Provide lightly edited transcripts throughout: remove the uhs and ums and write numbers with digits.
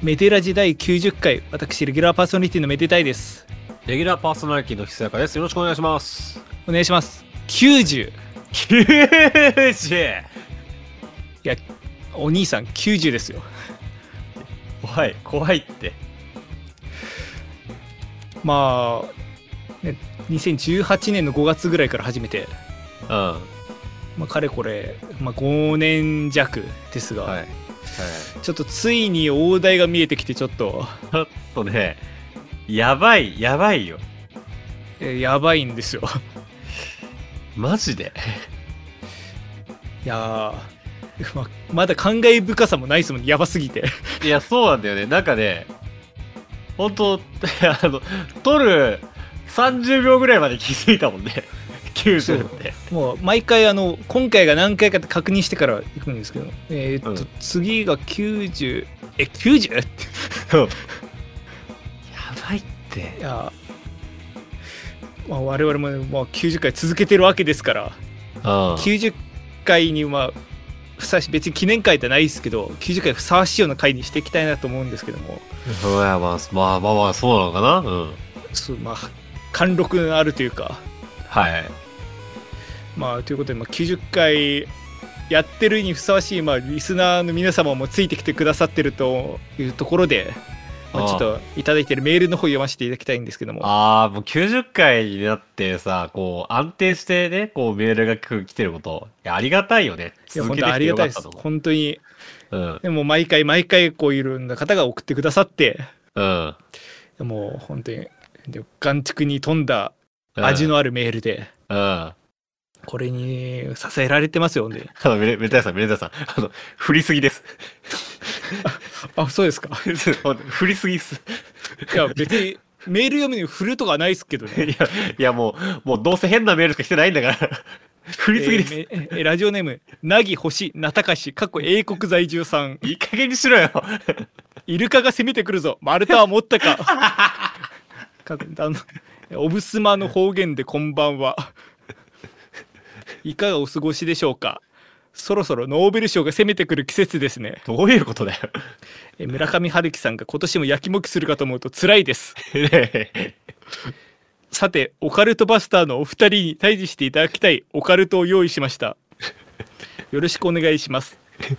メデラジ第90回、私レギュラーパーソナリティのメデタイです。 レギュラーパーソナリティのひさやかです。よろしくお願いします。 お願いします。90。 90。 いや、お兄さん90ですよ。 怖いって。 まあ、ね、2018年の5月ぐらいから始めて、 まあかれこれ、5年弱ですが、ちょっとついに大台が見えてきて、ちょっとね、やばいよ。 やばいんですよ。 マジで。 いやまだ感慨深さもないですもん、やばすぎて。 いや、そうなんだよね。なんかね、本当撮る30秒ぐらいまで気づいたもんね。90って。 もう毎回今回が何回かって確認してから行くんですけど、次が90、90？ やばいって。 いや、我々も、90回続けてるわけですから、90回にふさわしい、別に記念会じゃないですけど、90回ふさわしいような回にしていきたいなと思うんですけども。 まあそうなのかな。 そう、貫禄のあるというか。 はい。 ということで、90回やってるにふさわしい、リスナーの皆様もついてきてくださってるというところで、ちょっといただいてるメールの方読ませていただきたいんですけども。 もう90回になってさ、こう安定してね、こうメールが来てること、ありがたいよね。 いや、本当ありがたいです。本当に。でも毎回こういろんな方が送ってくださって、もう本当に眼蓄に富んだ味のあるメールで、これに支えられてますよね。 メデタイさん、振りすぎです。 そうですか。 振りすぎっす。 いや、別にメール読むに振るとかないですけどね。 いやもうどうせ変なメールしか来てないんだから。振りすぎです。 ラジオネーム、なぎほしなたかし、英国在住さん。 いい加減にしろよ。 イルカが攻めてくるぞ。丸太は持ったか。おぶすまの方言でこんばんは。いかがお過ごしでしょうか。そろそろノーベル賞が攻めてくる季節ですね。 どういうことだよ。 村上春樹さんが今年もやきもきするかと思うと辛いです。さて、オカルトバスターのお二人に対峙していただきたいオカルトを用意しました。よろしくお願いします。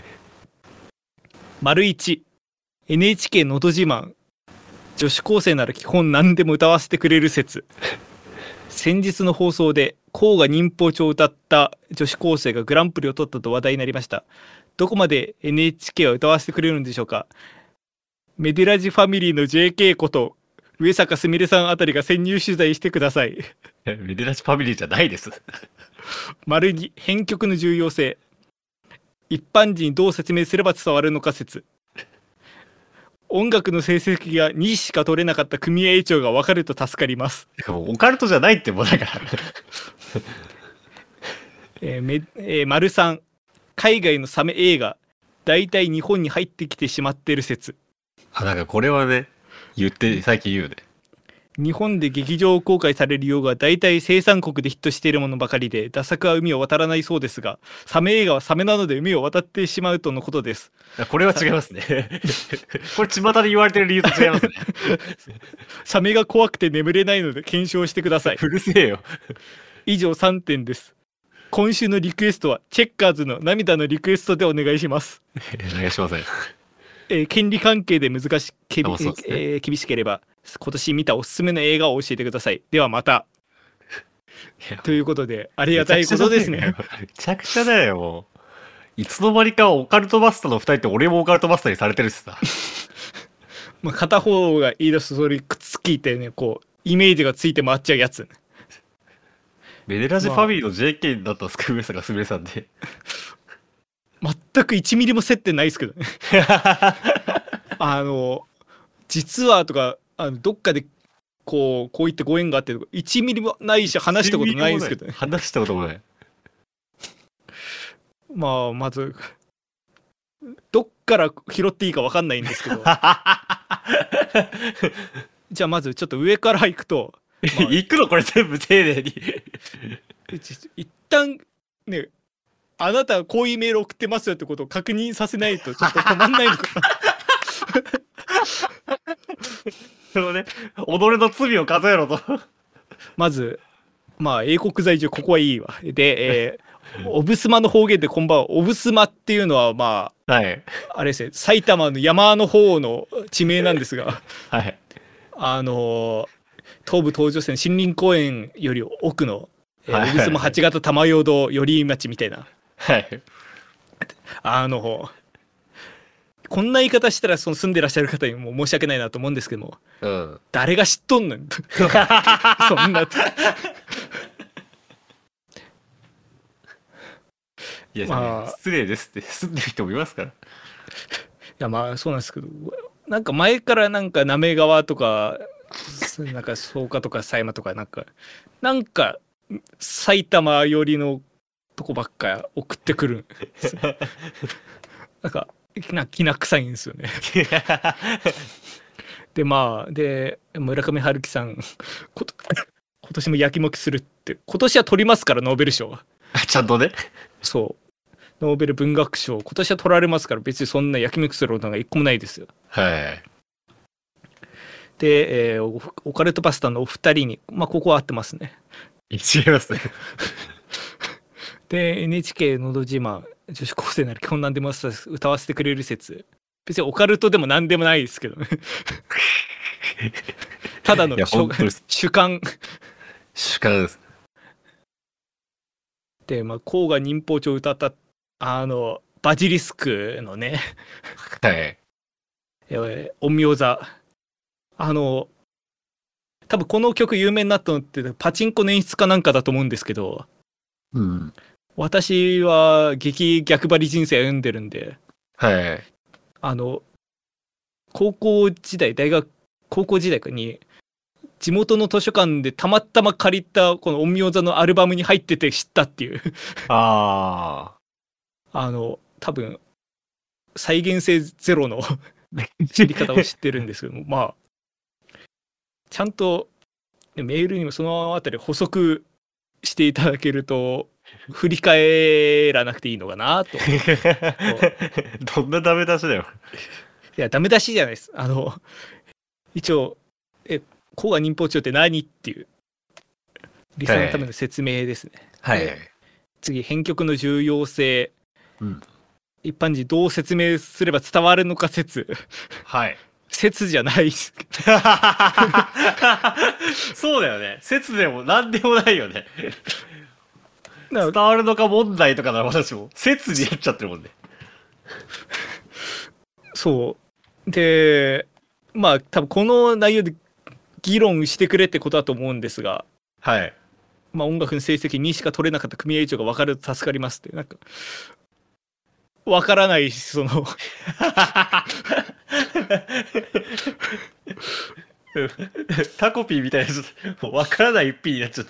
丸1、 NHK のど自慢、女子高生なら基本何でも歌わせてくれる説。先日の放送で甲賀忍法帳を歌った女子高生がグランプリを取ったと話題になりました。どこまで NHK は歌わせてくれるんでしょうか。メデラジファミリーの JK こと上坂すみれさんあたりが潜入取材してください。 メデラジファミリーじゃないです。 丸2、編曲の重要性、一般人にどう説明すれば伝わるのか説。音楽の成績が2しか取れなかった組合長が分かると助かります。 オカルトじゃないってもうだから。 丸3、海外のサメ映画大体日本に入ってきてしまってる説。 なんかこれはね、最近言うね。 日本で劇場公開される洋画は大体生産国でヒットしているものばかりで、ダ作は海を渡らないそうですが、サメ映画はサメなので海を渡ってしまうとのことです。 これは違いますね。これ巷で言われてる理由と違いますね。 サメが怖くて眠れないので検証してください。 うるせえよ。 以上3点です。今週のリクエストはチェッカーズの涙のリクエストでお願いします。 お願いします。 権利関係で厳しければ今年見たおすすめの映画を教えてください。ではまた。ということで、ありがたいことですね。 めちゃくちゃだよ。もういつの間にかオカルトバスターの2人って俺もオカルトバスターにされてるしさ。 片方が言い出すとそれくっつきてね、こうイメージがついて回っちゃうやつ。 メデラジファミリーの JK だったんですか、上坂すみれさんで。 全く1ミリも接点ないですけどね。実はとかどっかでこういったご縁があって1ミリもないし話したことないですけどね。 話したこともない。 まずどっから拾っていいか分かんないんですけど。じゃあまずちょっと上から行くと、 行くのこれ全部丁寧に。 一旦ね、あなたはこういうメール送ってますよってことを確認させないとちょっと止まんないのかな。 そのね、己の罪を数えろと。 まず、まあ、英国在住、ここはいいわ。で、オブスマの方言でこんばんは。オブスマっていうのは、まあ、 はい。 あれですね、埼玉の山の方の地名なんですが、 はい。 東武東上線森林公園より奥の、 はい小布八形玉淀寄居町みたいな、 はい。 こんな言い方したらその住んでらっしゃる方にも申し訳ないなと思うんですけども、 うん。 誰が知っとんねんそんな。 いや、 まあ、 失礼ですって住んでる人もいますから。 いやまあそうなんですけど、なんか前からなんか滑川とかなんか草加とか狭山とかなんか埼玉寄りのとこばっか送ってくるんですよ。なんかきな臭いんですよね。でまあで村上春樹さん今年もやきもきするって、今年は取りますからノーベル賞は。 ちゃんとね。 そうノーベル文学賞今年は取られますから、別にそんなやきもきすることが一個もないですよ。 はい。 で、オカルトパスタのお二人に、まあここは合ってますね。 違いますね。 で NHK のど自慢女子高生なら基本何でも歌わせてくれる説、別にオカルトでも何でもないですけどね。ただの主観主観です。 で、まあ甲賀忍法帳を歌ったバジリスクのね、 はい。 陰陽座、多分この曲有名になったのってパチンコの演出かなんかだと思うんですけど、 うん。 私は激逆張り人生歩んでるんで、 はい。 高校時代に地元の図書館でたまたま借りたこの陰陽座のアルバムに入ってて知ったっていうあ多分再現性ゼロの知り方を知ってるんですけども、まあちゃんとメールにもそのあたり補足していただけると振り返らなくていいのかなと。 どんなダメ出しだよ。 いやダメ出しじゃないです。一応甲賀忍法帳って何っていうリスナーのための説明ですね。 はい。 次編曲の重要性、 うん、 一般人どう説明すれば伝わるのか説。 はい。 説じゃないっす。 そうだよね。説でも何でもないよね。伝わるのか問題とかなら私も説になっちゃってるもんね。 そうで、まあ多分この内容で議論してくれってことだと思うんですが、 はい。 まあ音楽の成績2しか取れなかった組合長が分かると助かりますって、なんか分からないし、そのタコピーみたいなもう分からない一品になっちゃって。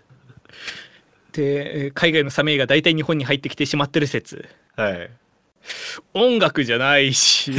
で海外のサメイが大体日本に入ってきてしまってる説。 はい。 音楽じゃないし。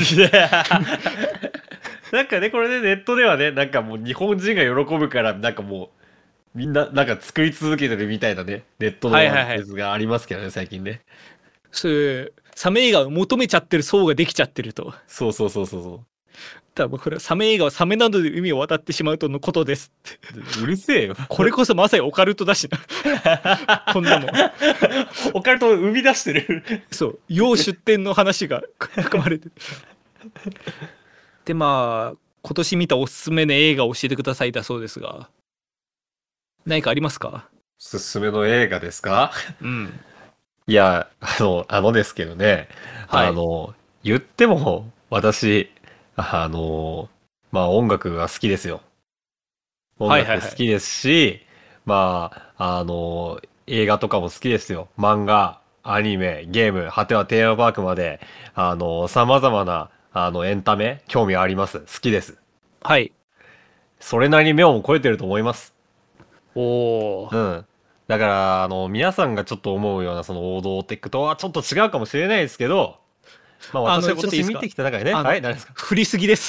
なんかね、これね、ネットではね、なんかもう日本人が喜ぶから、なんかもう、みんななんか作り続けてるみたいなね、ネットのやつがありますけどね、最近ね。 そういうサメ映画を求めちゃってる層ができちゃってると。 そうそうそうそうそう。 多分これはサメ映画はサメなどで海を渡ってしまうとのことですって。 うるせえよ。 これこそまさにオカルトだしな。こんなもん。 オカルトを生み出してる。 そう、要出典の話が含まれてる。でまあ今年見たおすすめの映画を教えてくださいだそうですが、何かありますか？ おすすめの映画ですか？ うん。 いや、ですけどね、 はい、 言っても私、まあ音楽が好きですよ。音楽好きですし、まあ、映画とかも好きですよ。漫画、アニメ、ゲーム、果てはテーマパークまで、様々な、エンタメ、興味あります。好きです。 はい。 それなりに目を超えてると思います。 おお。 うん。だから、皆さんがちょっと思うようなその王道テックとはちょっと違うかもしれないですけど、まあ私は今年見てきた中でね、はい、何ですか？ 振りすぎです。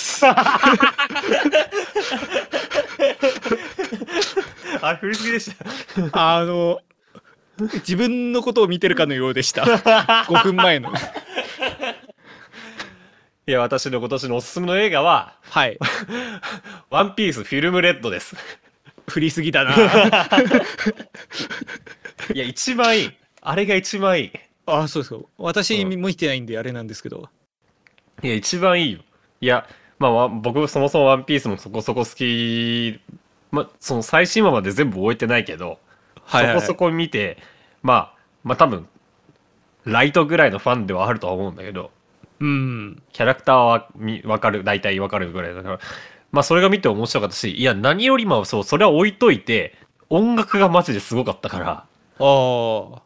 あ、振りすぎでした。 自分のことを見てるかのようでした。5分前の。 いいや、私の今年のおすすめの映画は、 はい。 ワンピースフィルムレッドです。 振りすぎだな。 いや、一番いい。あれが一番いい。 あ、そうですか。私うん。 も見てないんであれなんですけど。 いや、一番いいよ。いや、まあ、僕そもそもワンピースもそこそこ好き、まあ、その最新話まで全部終えてないけど、 はいはいはい。 そこそこ見て、まあ多分、ライトぐらいのファンではあるとは思うんだけど、 うん。 キャラクターはわかる、大体わかるぐらいだから、まあそれが見て面白かったし、いや、何よりもそう、それは置いといて、音楽がマジですごかったから、 ああ。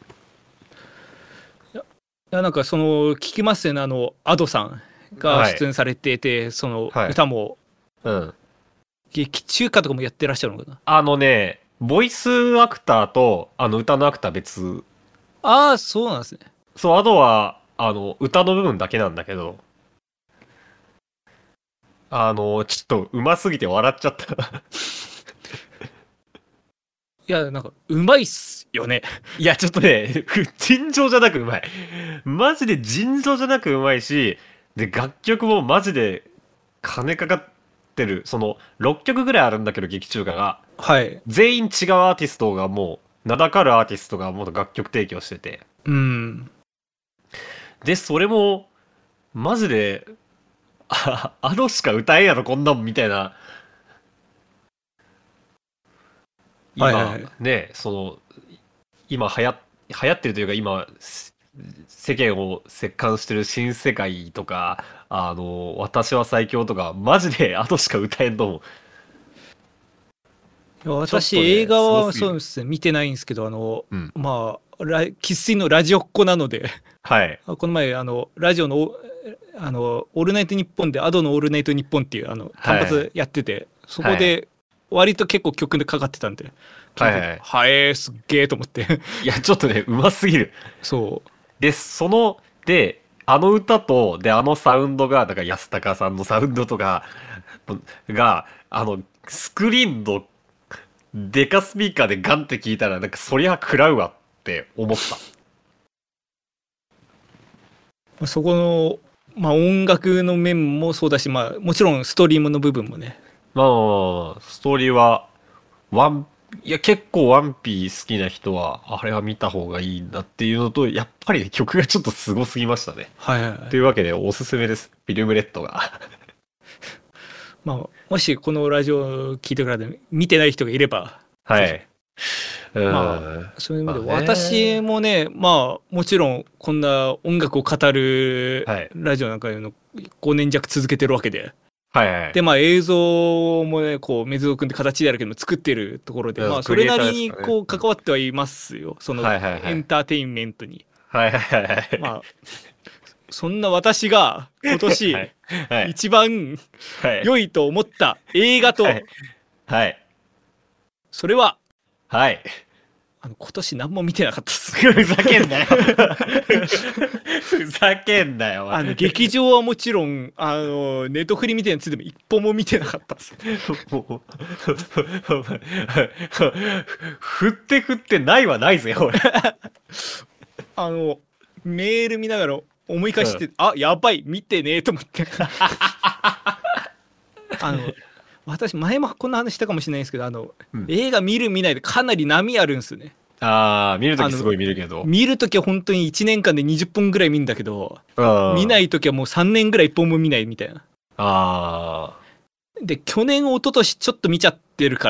いや、なんかその、聞きますね。アドさんがはい、 出演されてて、そのはい、 歌も、 うん。 劇中歌とかもやってらっしゃるのかな。 あのね、ボイスアクターと、歌のアクター別。 ああ、そうなんですね。 そう、あとは、歌の部分だけなんだけど、ちょっと上手すぎて笑っちゃった。 いや、なんか、うまいっすよね。 いや、ちょっとね、尋常じゃなくうまい。マジで尋常じゃなくうまいし、で、楽曲もマジで金かかってる。その、6曲ぐらいあるんだけど、劇中歌が。 はい。 全員違うアーティストがもう、名だかるアーティストがもう楽曲提供してて。 うん。 で、それも、マジで、あのしか歌えんやろ、こんなんみたいな。今、 はいはいはい。 ね、今流行ってるというか、今、世間を席巻してる新世界とか、私は最強とか、マジであとしか歌えんと思う。 いや、 ちょっ私、 とね、 映画はすごすぎる。 そうですね、見てないんですけど、 うん。 まあ、生粋のラジオっ子なので、 はい。 この前、ラジオの、オールナイトニッポンで、アドのオールナイトニッポンっていう、単はい。 発やってて、そこはい。 で、割と結構曲でかかってたんで、聞いてて、 はいはい。 はすっげえと思って。 いや、ちょっとね、うますぎる。 そう。 で、あの歌と、で、あのサウンドが、だから安高さんのサウンドとか、スクリーンのデカスピーカーでガンって聞いたら、なんかそりゃ食らうわって思った。 そこの、まあ、音楽の面もそうだし、まあ、もちろんストリームの部分もね。 ストーリーは、ワン、いや、結構ワンピー好きな人は、あれは見た方がいいなっていうのと、やっぱりね曲がちょっとすごすぎましたね。 はいはいはい。 というわけで、おすすめです。フィルムレッドが。 まあ、もしこのラジオ聞いてからで見てない人がいれば、ぜひ。 はい。うまーん。 あ、そういう意味でまあ私ね。 もね、まあ、もちろんこんな音楽を語るはい。 ラジオなんかいうの5年弱続けてるわけで。で、 はいはい。 まあ映像もね、こう、水を組んで形であるけども作ってるところで、まあそれなクリエイターりにこですからね。うん。 う関わってはいますよ。そのはいはいはい。 エンターテインメントに。 はいはいはいはい。 まあ、そんな私が今年はい。はい。 一番はい。 良いと思った映画はい。 と、 はい。 それは、 はい。 今年何も見てなかったです。 ふざけんなよ。ふざけんなよ、お前。 劇場はもちろん、ネットフリみたいなやつでも一本も見てなかったです。 もう、振って振ってないはないぜ、俺。 あの、メール見ながら思いうん。 返して、あ、やばい、見てねえと思って。あの、私、前もこんな話したかもしれないんですけど、 うん。 映画見る見ないでかなり波あるんですよね。 あー、見るとあの、 きすごい見るけど。 見るときは本当に1年間で20本ぐらい見るんだけど、 うん。 見ないときはもう3年ぐらい1本も見ないみたいな。 あー。 で、去年、一昨年ちょっと見ちゃってるから、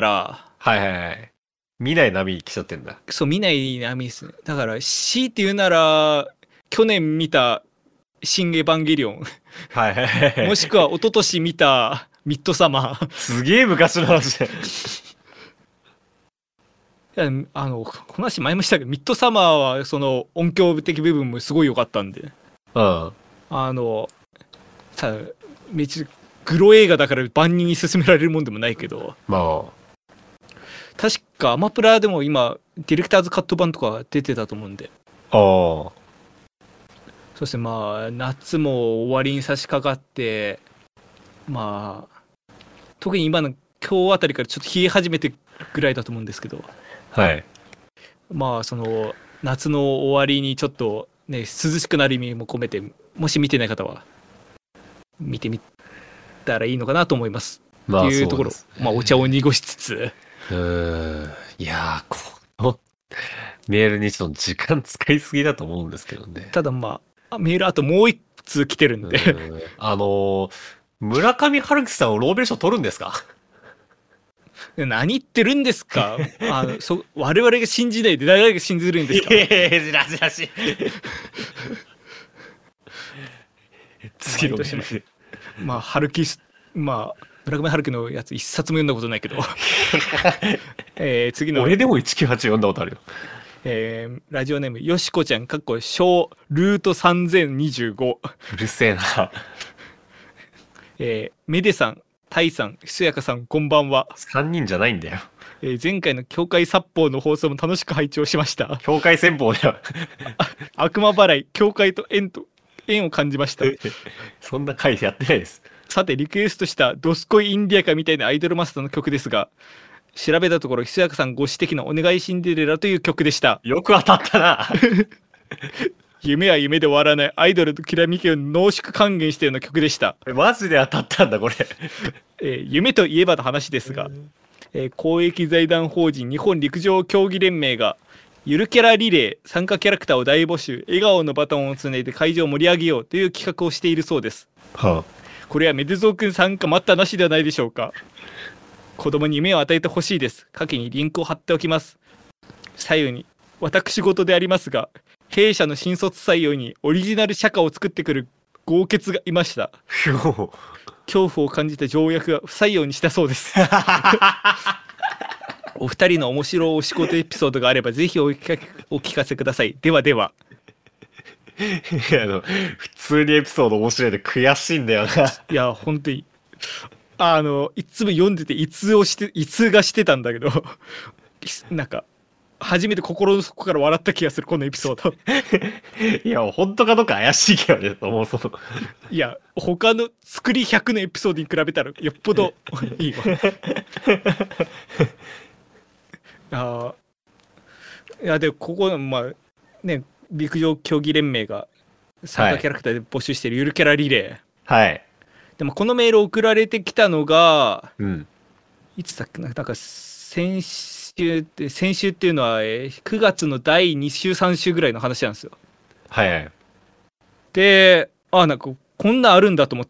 はいはいはい。見ない波来ちゃってんだ。 そう、見ない波ですね。だから、強いて言うなら、去年見た新エヴァンゲリオン、 はいはいはいはい。 もしくは一昨年見たミッドサマー。 すげえ昔の話だよ。 いやこの話前もしたけど、ミッドサマーはその音響的部分もすごい良かったんで、 うん。 あの、ただ、めっちゃグロ映画だから万人に勧められるもんでもないけど、 ま確かアマプラでも今、ディレクターズカット版とか出てたと思うんで、 あ。ああ。 そしてまあ、夏も終わりに差し掛かって、まあ、特に今の今日あたりからちょっと冷え始めてぐらいだと思うんですけど、 はい。 まあ、その、夏の終わりにちょっとね、涼しくなる意味も込めて、もし見てない方は、 見てみたらいいのかなと思います。 まあっていうところ、 そうですねまあ、お茶を濁しつつ、 いやー、このメールにちょっと時間使いすぎだと思うんですけどね。 ただまあ、メールあともう一通来てるんで、 村上春樹さんをローベル賞取るんですか？ 何言ってるんですか？我々が信じないで誰が信じるんですか？ じらじらしい。次のメール。 まあ、春樹、まあ、村上春樹のやつ一冊も読んだことないけど、次の、 俺でも198読んだことあるよ。 ラジオネーム、よしこちゃん、小ルート3025。 うるせえな。 メデさん、タイさん、ひそやかさん、こんばんは。 3人じゃないんだよ。 前回の境界殺法の放送も楽しく拝聴しました。 境界戦法だよ。 悪魔払い、境界と縁を感じました。 そんな回やってないです。 さて、リクエストしたドスコイインディアカみたいなアイドルマスターの曲ですが、調べたところ、ひそやかさんご指摘のお願いシンデレラという曲でした。 よく当たったな。 夢は夢で終わらないアイドルときらめきを濃縮還元したような曲でした。 マジで当たったんだ、これ。 夢といえばの話ですが、公益財団法人日本陸上競技連盟がゆるキャラリレー参加キャラクターを大募集、笑顔のバトンをつないで会場を盛り上げようという企画をしているそうです。 はこれはめでぞうくん参加待ったなしではないでしょうか。子供に夢を与えてほしいです。下記にリンクを貼っておきます。左右に私事でありますが、弊社の新卒採用にオリジナル社歌を作ってくる豪傑がいました。恐怖を感じた条約が不採用にしたそうです。お二人の面白いお仕事エピソードがあればぜひお聞かせください。ではでは。 普通にエピソード面白いで悔しいんだよな。 いや本当にいつも読んでて胃痛がしてたんだけどなんか初めて心の底から笑った気がする、このエピソード。 いや本当かどうか怪しいけどね、そもそも。 いや他の作り100のエピソードに比べたらよっぽどいいわ。いやでここまあね、陸上競技連盟が参加キャラクターで募集しているゆるキャラリレー、はい、 でもこのメール送られてきたのが、いつだっけな、なんか先週っていうのは9月の第2週3週ぐらいの話なんですよ。 はいはい。 でなんかこんなあるんだと思って、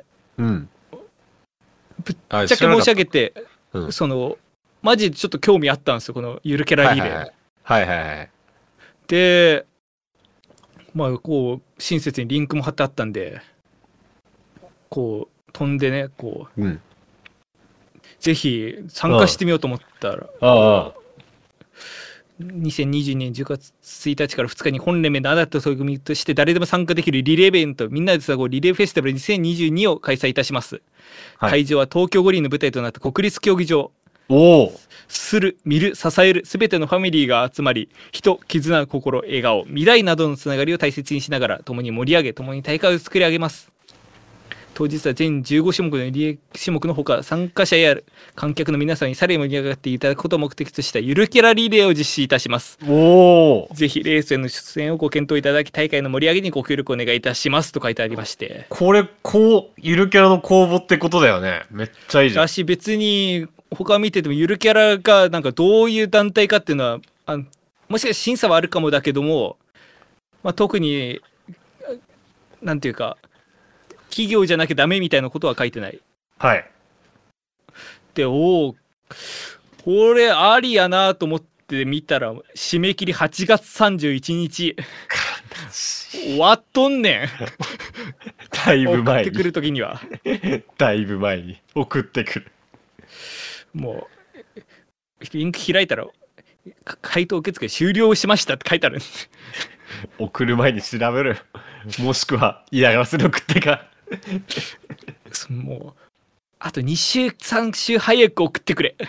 ぶっちゃけ申し上げて、マジでちょっと興味あったんですよ、このゆるキャラリレー。 はいはいはい。 でまあこう親切にリンクも貼ってあったんで、こう飛んでね、こう、ぜひ参加してみようと思ったら、2022年10月1日から2日に本連盟の新たな取り組みとして誰でも参加できるリレーイベント、みんなでつなごうリレーフェスティバル2022を開催いたします。会場は東京五輪の舞台となった国立競技場。する、見る、支える、すべてのファミリーが集まり、人、絆、心、笑顔、未来などのつながりを大切にしながら、共に盛り上げ、共に大会を作り上げます。当日は全15種目のリレー種目のほか、参加者や観客の皆さんにさらに盛り上がっていただくことを目的としたゆるキャラリレーを実施いたします。ぜひレースへの出演をご検討いただき、大会の盛り上げにご協力お願いいたしますと書いてありまして。 これ、ゆるキャラの公募ってことだよね。めっちゃいいじゃん。 私別に他見ててもゆるキャラがなんかどういう団体かっていうのはもしかして審査はあるかもだけども、特になんていうか企業じゃなきゃダメみたいなことは書いてない。 はい。でこれありやなと思って見たら締め切り8月31日終わっとんねん。 だいぶ前に送ってくる時にはだいぶ前に送ってくる。 もうリンク開いたら回答受付終了しましたって書いてある。 送る前に調べる。もしくは嫌がらせで送ってか。 もうあと2週3週早く送ってくれ。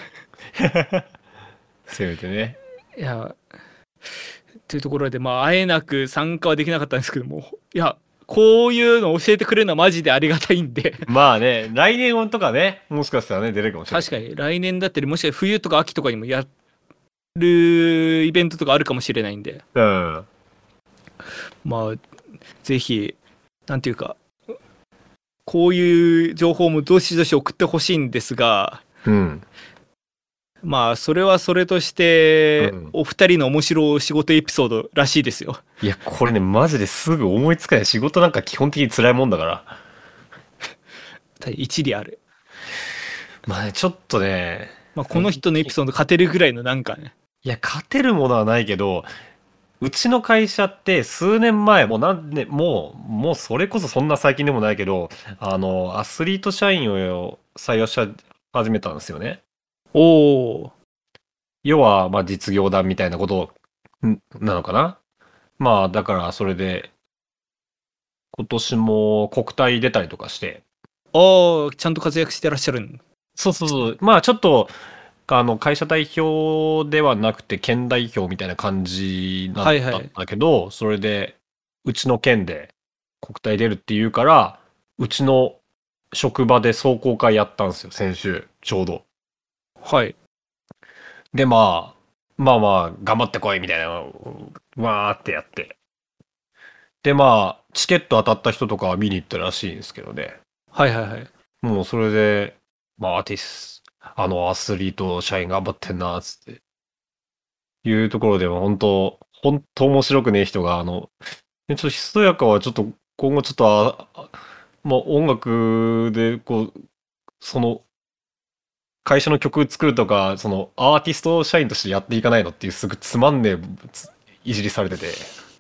せめてね。 いやというところで会えなく参加はできなかったんですけども、いやこういうの教えてくれるのはマジでありがたいんで。 まあね、来年とかね、もしかしたらね出れるかもしれない。 確かに来年だったり、もしかしたら冬とか秋とかにもやるイベントとかあるかもしれないんで、ぜひなんていうかこういう情報もどしどし送ってほしいんですが、 うん。 まあそれはそれとして、 うんお二人の面白い仕事エピソードらしいですよ。 いや、これね、マジですぐ思いつかない。仕事なんか基本的に辛いもんだから。 一理ある。 まあね、ちょっとね、 まあ、この人のエピソード勝てるぐらいのなんかね。 いや、勝てるものはないけど、うちの会社って数年前、もう何年、もうそれこそそんな最近でもないけど、アスリート社員を採用し始めたんですよね。 おお。 要は、まあ実業団みたいなことなのかな。まあ、だからそれで、今年も国体出たりとかして、 ああ、ちゃんと活躍してらっしゃるん。 そうそうそう、まあちょっと、会社代表ではなくて県代表みたいな感じだったんはいはい。 だけど、それで、うちの県で国体出るっていうから、うちの職場で壮行会やったんですよ、先週、ちょうど。 はい。 で、まあ、頑張ってこいみたいな、わーってやって。で、まあ、チケット当たった人とかは見に行ったらしいんですけどね。 はいはいはい。 もうそれで、まあ、アスリート社員頑張ってんな、つって。いうところでも本当面白くねえ人が、ちょっとひそやかはちょっと、今後ちょっと、まあ、音楽で、こう、その、会社の曲作るとか、その、アーティスト社員としてやっていかないのっていう、すぐつまんねえ、いじりされてて。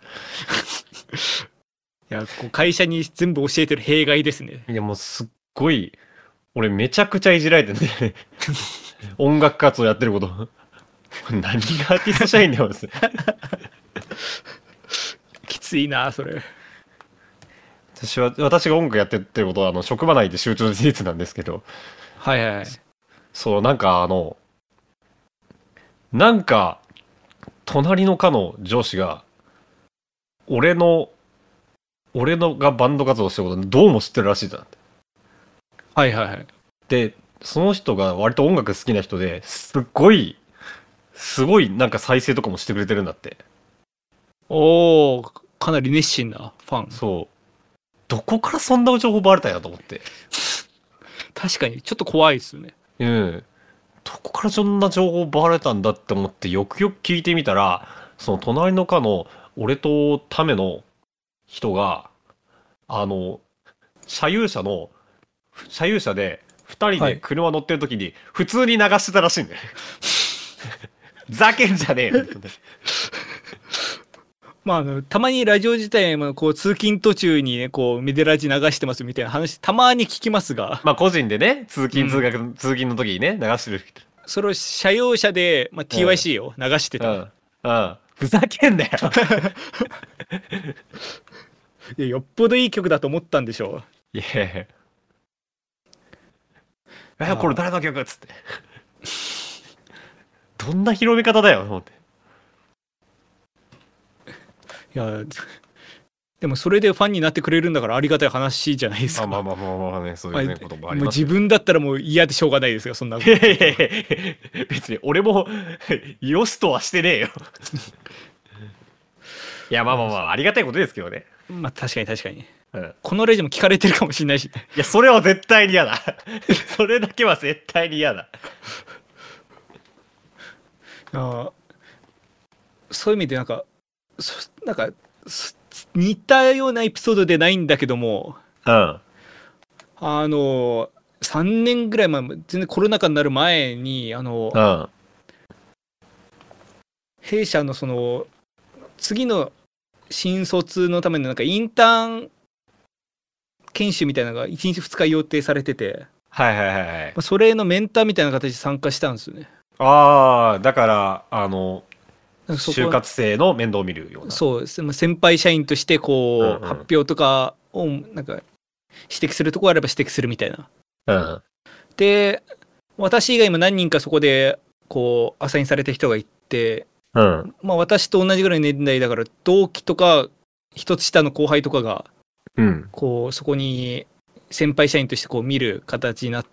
いや、こう会社に全部教えてる弊害ですね。 いや、もうすっごい、俺めちゃくちゃいじられてね。音楽活動やってること。何がアーティスト社員だよ、 きついな、それ。 私が音楽やってってることは、職場内で集中の事実なんですけど、 はいはいはい。 そう、なんか、隣の課の上司が、俺の、俺のがバンド活動してることどうも知ってるらしいじゃんって。 はいはいはい。 で、その人が割と音楽好きな人で、すごいなんか再生とかもしてくれてるんだって。 おお、かなり熱心なファン。 そう。どこからそんな情報バレたんやと思って。 確かに、ちょっと怖いですよね。 うん。どこからそんな情報バレたんだって思ってよくよく聞いてみたら、その隣の課の俺とための人が、あの、車有車の、車有車で二人ではい。 車乗ってる時に普通に流してたらしいんだよ。ふざけんじゃねえよ。 まあ、たまにラジオ自体も、こう、通勤途中にね、こう、メデラジ流してますみたいな話、たまに聞きますが、 まあ個人でね、 うん。 通勤の時にね、流してる人。 それを車用車で、まあ、 うん。 TYC を流してた。 うん。うん。ふざけんなよ。 いや、よっぽどいい曲だと思ったんでしょいやいやいう。いやこれや、 誰の曲っつって。どんな広め方だよ、と思って。 いや、でもそれでファンになってくれるんだからありがたい話じゃないですか。 まあね、そういまあ、 うね、こともありもう自ますけど。 分だったらもう嫌でしょうがないですよ、そんな。 いやいやいや別に俺もよしとはしてねえよ。いや、 まあ、 ありがたいことですけどね。 まあ確かに確かに。 うん。 このレジも聞かれてるかもしれないし。 いや、それは絶対に嫌だ。それだけは絶対に嫌だ。 あ、そういう意味でなんか、似たようなエピソードでないんだけども、 うん。 あの、3年ぐらい前、全然コロナ禍になる前に、 うん。 弊社の次の新卒のためのなんかインターン研修みたいなのが1日2日予定されてて、 はいはいはいはい。 まあ、それのメンターみたいな形で参加したんですよね。 ああ、だから、 なんかそこは、 就活生の面倒を見るような。 そうです。まあ先輩社員としてこう、発うんうん。 表とかをなんか指摘するとこあれば指摘するみたいな。 うん。 で、私以外も何人かそこでこう、アサインされた人がいて、 うん。 まあ私と同じぐらいの年代だから、同期とか、一つ下の後輩とかが、 うん。 こう、そこに先輩社員としてこう見る形になって、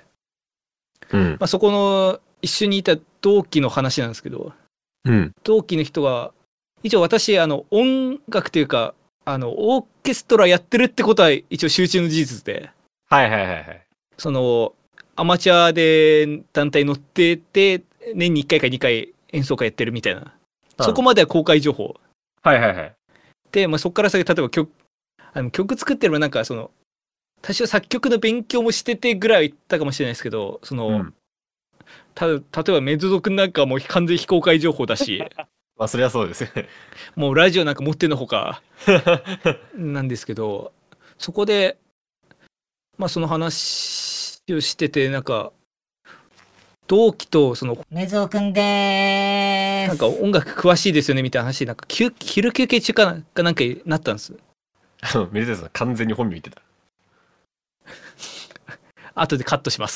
うん。 まあそこの一緒にいた同期の話なんですけど、 うん。 同期の人が、一応私、音楽というか、オーケストラやってるってことは一応集中の事実で、 はいはいはいはい。 そのアマチュアで団体乗ってて、年に1回か2回演奏会やってるみたいな、 うん。 そこまでは公開情報はいはいはい。 で、まあ、そこから先、例えば曲作ってればなんかその多少作曲の勉強もしててぐらいは言ったかもしれないですけど、そのうん。 例えばメゾ族なんかもう完全非公開情報だし、 まあ、そりゃそうですよね。 もうラジオなんか持ってんのほかなんですけど、そこでまあその話をしてて、なんか同期とそのメゾくんでなんかーす。 音楽詳しいですよねみたいな話、なんか昼休憩中かなんかなったんです。 メルセデスさん完全に本名言ってた。 後でカットします。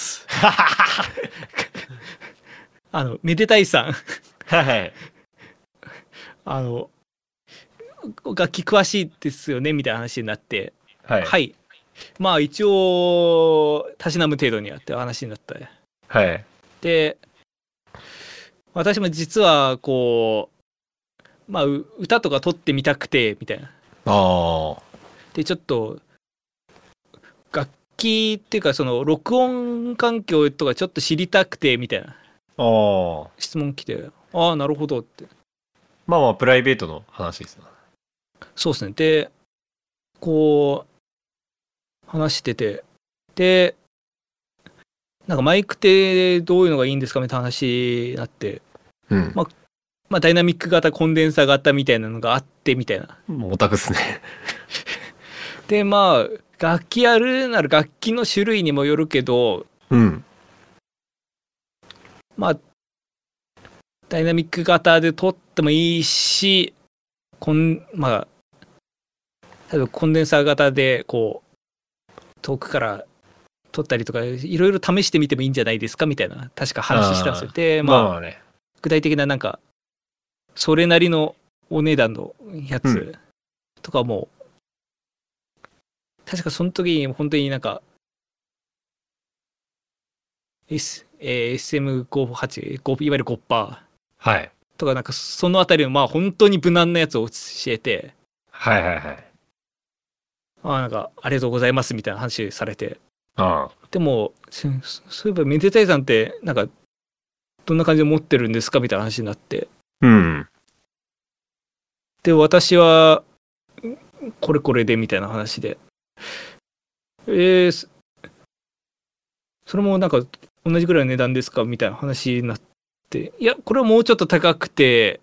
めでたいさん、 はい。 あの楽器詳しいですよねみたいな話になって、 はい。 はい、まあ一応たしなむ程度にはって話になった。 はい。 で、私も実はこう、まあ歌とか撮ってみたくてみたいな。 ああ。 でちょっと楽器っていうかその録音環境とかちょっと知りたくてみたいなああ。 質問来て、ああなるほどって。 まあまあ、プライベートの話ですな。 そうですね。でこう話してて、でなんかマイクってどういうのがいいんですかみたいな話になって、 うん。 まあダイナミック型コンデンサ型みたいなのがあってみたいな。 もうオタクっすね。 でまあ楽器やるなら楽器の種類にもよるけど、 うん。 まあダイナミック型で撮ってもいいし、まあ例えばコンデンサー型でこう遠くから撮ったりとかいろいろ試してみてもいいんじゃないですかみたいな確か話したんですよ。 ああ。 でまあまあまあね。 具体的ななんかそれなりのお値段のやうん。 つとかも、確かその時に本当になんか、SM58、いわゆる5% はい。 とかなんかそのあたりのまあ本当に無難なやつを教えて、 はいはいはい。 なんかありがとうございますみたいな話されて、 あでもそういえばめでたいさんってなんかどんな感じで持ってるんですかみたいな話になって、 あ。うん。 で私はこれこれでみたいな話で、それもなんか同じぐらいの値段ですかみたいな話になって、いやこれはもうちょっと高くて、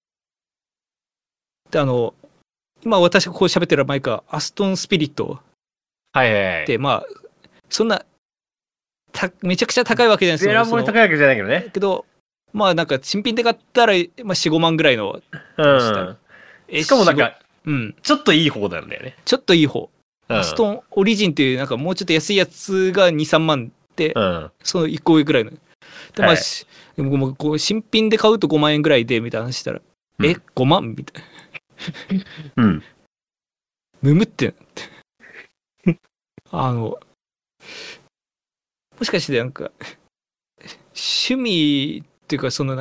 で今私がこう喋ってるマイクはアストンスピリットはいはいはい。 で、まあそんなめちゃくちゃ高いわけじゃないですベラよ。 ンボに高いわけじゃないけどね。 けどまあなんか新品で買ったら、まあ、45万ぐらいのうでしたら、 ん。しかもなん 45、 か、 うん、 ちょっといい方なんだよね。 ちょっといい方、 うん。 アストンオリジンっていうなんかもうちょっと安いやつが23万で、 うん。 その1個上ぐらいので、まあ、 はい。 でもこう新品で買うと5万円ぐらいでみたいな話したら、 うん。 5万みたいな、 うん。 むむってなって、もしかしてなんか趣味っていうかその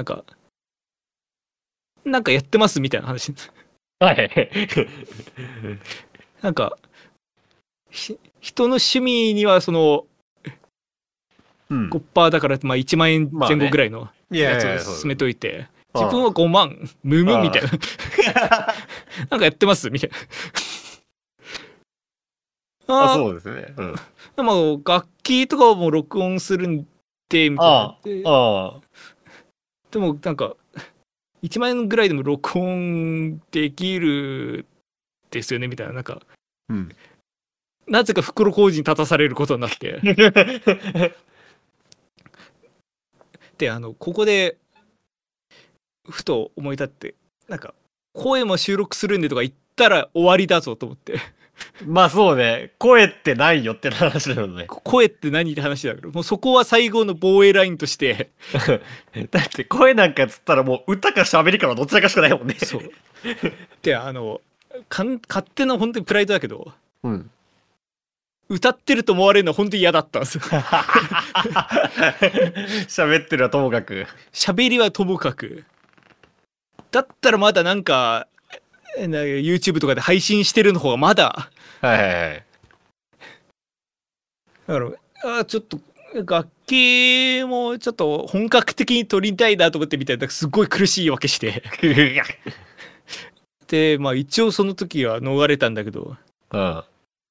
なんかやってますみたいな話はい。 なんか人の趣味にはそのうん。 5%だからまあ1万円前後ぐまあね。 らいのいややついやいや、そう。 を進めといて、自分あは5万むむみたいな、 あ。 なんかやってますみたいあ、 な。 そうですね。うん。 でも楽器とかも録音するんでみたいなああ。ああ。 でもなんか1万円ぐらいでも録音できるですよねみたいな、なんかうん。 なぜか袋小路に立たされることになって、でここでふと思い立って、なんか声も収録するんでとか言ったら終わりだぞと思って、 まあそうね。声ってないよって話なのね。 声って何って話だけど、もうそこは最後の防衛ラインとして、 だって声なんかつったらもう歌か喋りかのどちらかしかないもんね。 そうで勝手な本当にプライドだけど、 うん。 歌ってると思われるのは本当に嫌だったんですよ。 喋ってるはともかく。 喋りはともかく、だったらまだなんかYouTube とかで配信してるの方がまだはいはいはい。 だからちょっと楽器もちょっと本格的に取りたいなと思ってみたらすごい苦しいわけしてでまあ一応その時は逃れたんだけど、 うん。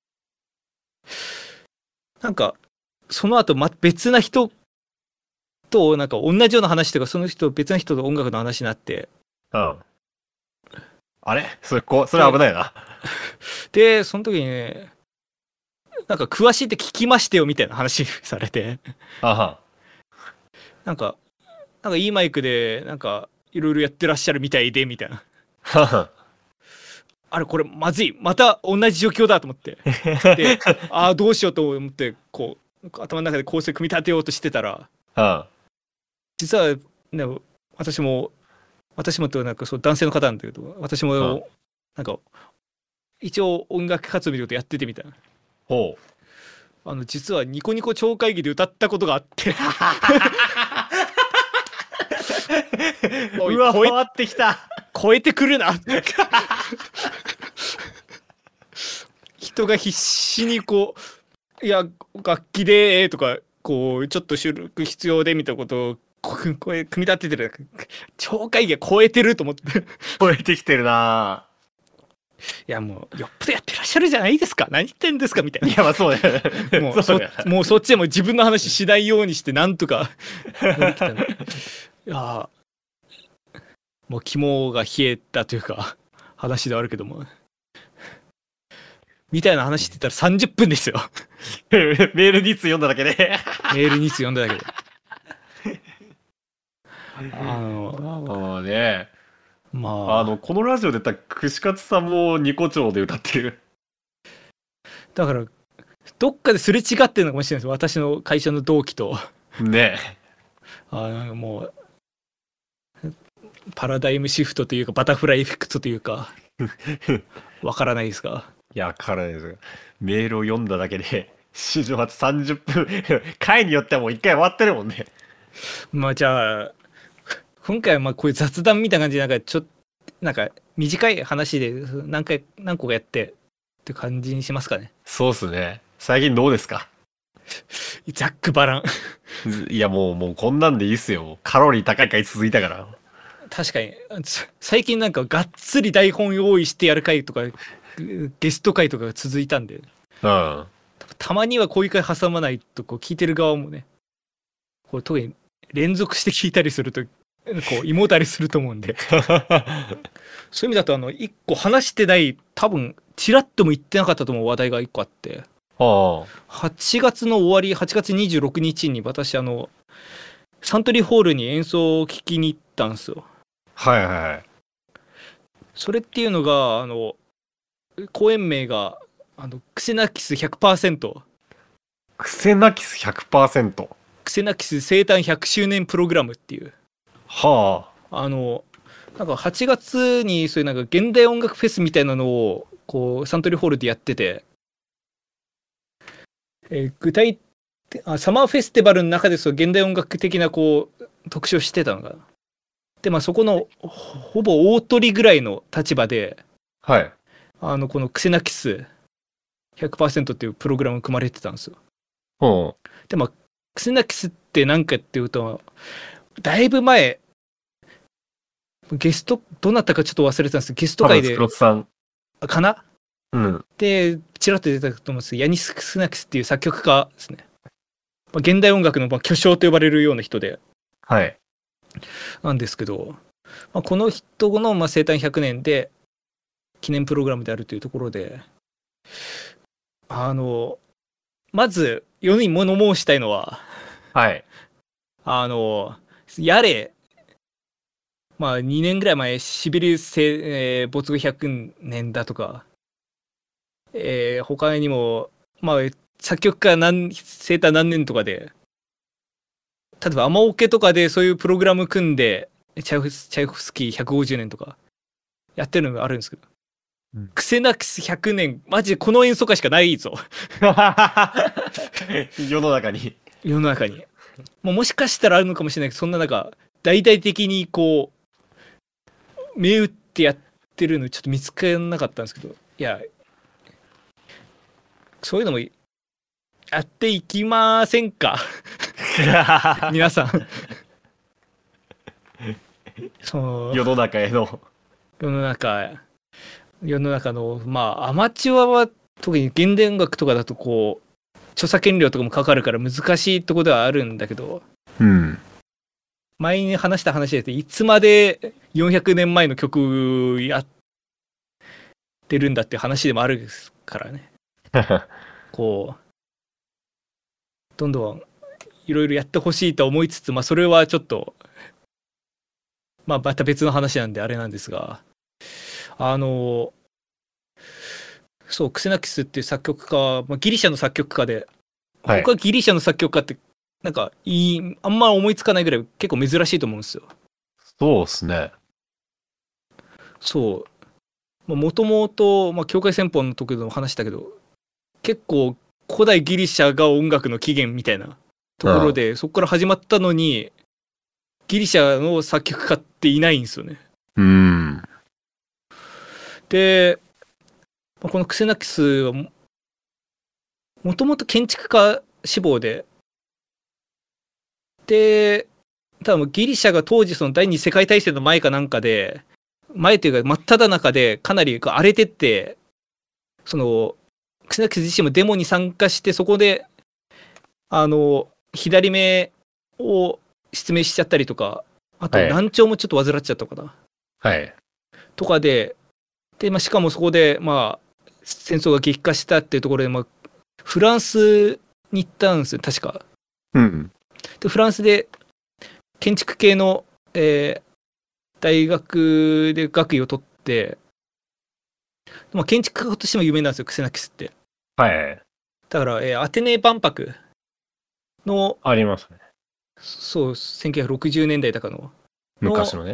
なんかその後別な人となんか同じような話とか、その人別な人と音楽の話になって、 うん。あれそれ危ないな。 でその時にね、なんか詳しいって聞きましたよみたいな話されて、 あは。 なんかいいマイクでなんかいろいろやってらっしゃるみたいでみたいな。 はは。 あれこれまずい、また同じ状況だと思ってで、どうしようと思ってこう頭の中で構成組み立てようとしてたら、 うん。 実はね、私もとなんかそう男性の方なんだけど、私もなんか一応音楽活動みたいなことやっててみたいな。 ほ実はニコニコ超会議で歌ったことがあってう。うわ、回ってきた。 超えてくるな人が必死にこう、いや楽器でとかこうちょっと収録必要でみたいなことをこれ組み立ててる超会議が超えてると思って超えてきてるな。 いやもうよっぽどやってらっしゃるじゃないですか、何言ってんですかみたいな。 いやまあそうだよね。 もうそっちでも自分の話しないようにしてなんとか乗り切ったんで、いやもう肝が冷えたというか話ではあるけども、みたいな話してたら30分ですよメール2通読んだだけでメール2通読んだだけでまあね、 まあこのラジオで言ったら串カツさんもニコ町で歌ってる。 だからどっかですれ違ってるのかもしれないです、私の会社の同期とねもうパラダイムシフトというかバタフライエフェクトというかわからないですか。 いや、からです。メールを読んだだけで、史上初30分、回によってはもう1回終わってるもんね。 まあじゃあ今回はまあこういう雑談みたいな感じでなんか短い話で何個かやってって感じにしますかね。 そうっすね。最近どうですか？ ざっくばらんいやもうこんなんでいいっすよ。カロリー高い回続いたから。 確かに最近なんかがっつり台本用意してやる回とかゲスト回とかが続いたんで、 うん。 たまにはこういう回挟まないとこう聞いてる側もね、これ特に連続して聞いたりするとこう胃もたれすると思うんでそういう意味だと1個話してない多分ちらっとも言ってなかったと思う話題が1個あって、8月の終わり8月26日に私サントリーホールに演奏を聴きに行ったんですよ。 はいはい。 それっていうのが公演名がクセナキス 100%、 クセナキス 100%。 クセナキス生誕100周年プログラムっていう、 はなんか8月にそういうなんか現代音楽フェスみたいなのをこうサントリーホールでやってて、サマーフェスティバルの中でそう現代音楽的なこう特集をしてたのが、でまあそこのほぼ大取りぐらいの立場で、 はい。 このクセナキス 100% っていうプログラム組まれてたんですよ。でまあクセナキスって何かっていうと、だいぶ前ゲストどなたかちょっと忘れてたんですけど、ゲスト会でかな、 うん。 でちらっと出たと思うんですけど、ヤニス・クスナキスっていう作曲家ですね。現代音楽の巨匠と呼ばれるような人で、 はい。 なんですけど、この人の生誕100年で記念プログラムであるというところで、まず世に物申したいのは、 はい。 やれ、2年ぐらい前シベリウス没後100年だとか、他にも作曲家生誕何年とかで、例えばアマオケとかでそういうプログラム組んでチャイコフスキー150年とかやってるのがあるんですけど、クセナキス100年マジでこの演奏会しかないぞ世の中にもしかしたらあるのかもしれないけど、そんな中大々的にこう目打ってやってるのちょっと見つからなかったんですけど、いやそういうのもやっていきませんか皆さん。そう世の中への。 世の中のまあアマチュアは特に現代音楽とかだとこう著作権料とかもかかるから難しいところではあるんだけど、 うん。 前に話した話でいつまで400年前の曲やってるんだって話でもあるからね。こうどんどんいろいろやってほしいと思いつつ、まあそれはちょっとまあまた別の話なんであれなんですが、そう、クセナキスっていう作曲家は、まあ、ギリシャの作曲家で、 はい。 他ギリシャの作曲家ってなんかあんま思いつかないぐらい結構珍しいと思うんですよ。 そうっすね。 そうもともと境界戦法の時でも話したけど、結構古代ギリシャが音楽の起源みたいなところで、そこから始まったのにギリシャの作曲家っていないんですよね。で、このクセナキスはもともと建築家志望で、多分ギリシャが当時その第二次世界大戦の前かなんかで、前というか真っ只中でかなり荒れてって、そのクセナキス自身もデモに参加して、そこで左目を失明しちゃったりとか、あと難聴もちょっと患っちゃったかな、 はい。 とかで、しかもそこで戦争が激化したっていうところで、フランスに行ったんですよ確か。 うん。 でフランスで建築系の、大学で学位を取って、建築家としても有名なんですよクセナキスって。 はい。 だから、アテネ万博のありますね。 そう1960年代とかの昔のね。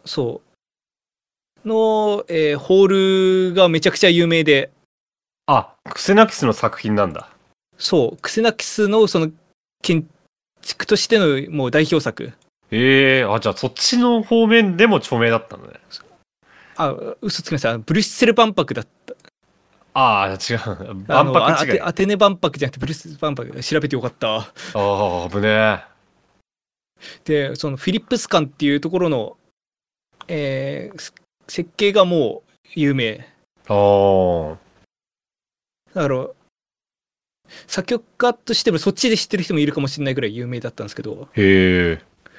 そうの、ホールがめちゃくちゃ有名で。 あ、クセナキスの作品なんだ。 そうクセナキスのその建築としてのもう代表作。 あ、じゃあそっちの方面でも著名だったのね。 嘘つきました。ブリュッセル万博だった。 違う。万博違い。 アテネ万博じゃなくてブリュッセル万博。調べてよかった。 危ねえ。 で、そのフィリップス館っていうところの、設計がもう有名。だから作曲家としてもそっちで知ってる人もいるかもしれないぐらい有名だったんですけど。 へえ。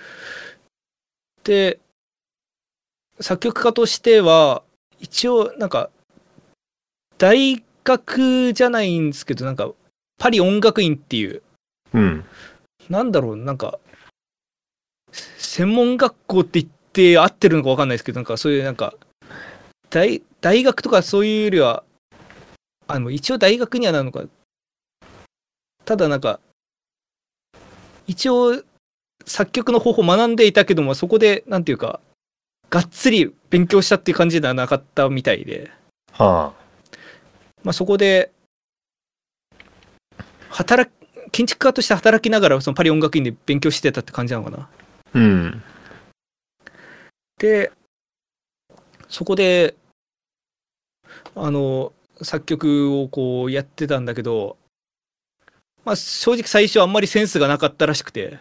で、作曲家としては一応なんか大学じゃないんですけど、なんかパリ音楽院っていう、なんだろう、なんか専門学校って言って合ってるのか分かんないですけど、なんかそういうなんか大学とかそういうよりは一応大学にはなるのか、ただなんか一応作曲の方法を学んでいたけども、そこでなんていうかがっつり勉強したっていう感じではなかったみたいで、そこで建築家として働きながらそのパリ音楽院で勉強してたって感じなのかな。でそこで作曲をこうやってたんだけど、正直最初あんまりセンスがなかったらしくて。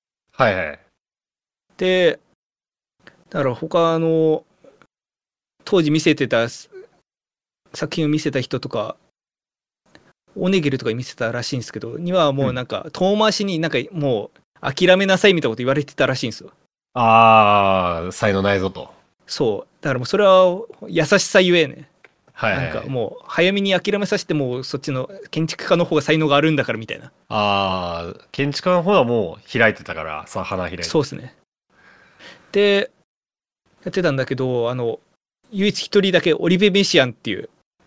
でだから他の当時見せてた作品を見せた人とか、オネゲルとかに見せたらしいんですけど、にはもうなんか遠回しになんかもう諦めなさいみたいなこと言われてたらしいんですよ。 才能ないぞと。 そうだからもうそれは優しさゆえね。 なんかもう早めに諦めさせて、もうそっちの建築家の方が才能があるんだからみたいな。 建築家の方はもう開いてたからさ、花開いて。 そうですね。でやってたんだけど、唯一一人だけオリベ・メシアンっていう、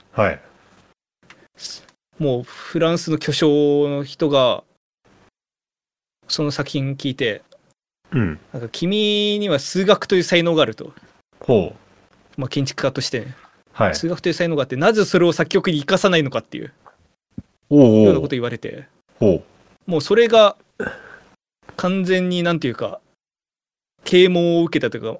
もうフランスの巨匠の人がその作品聞いて、なんか君には数学という才能があると。建築家としてね、数学という才能があって、なぜそれを作曲に生かさないのかっていうようなこと言われて、もうそれが完全になんていうか啓蒙を受けたというか、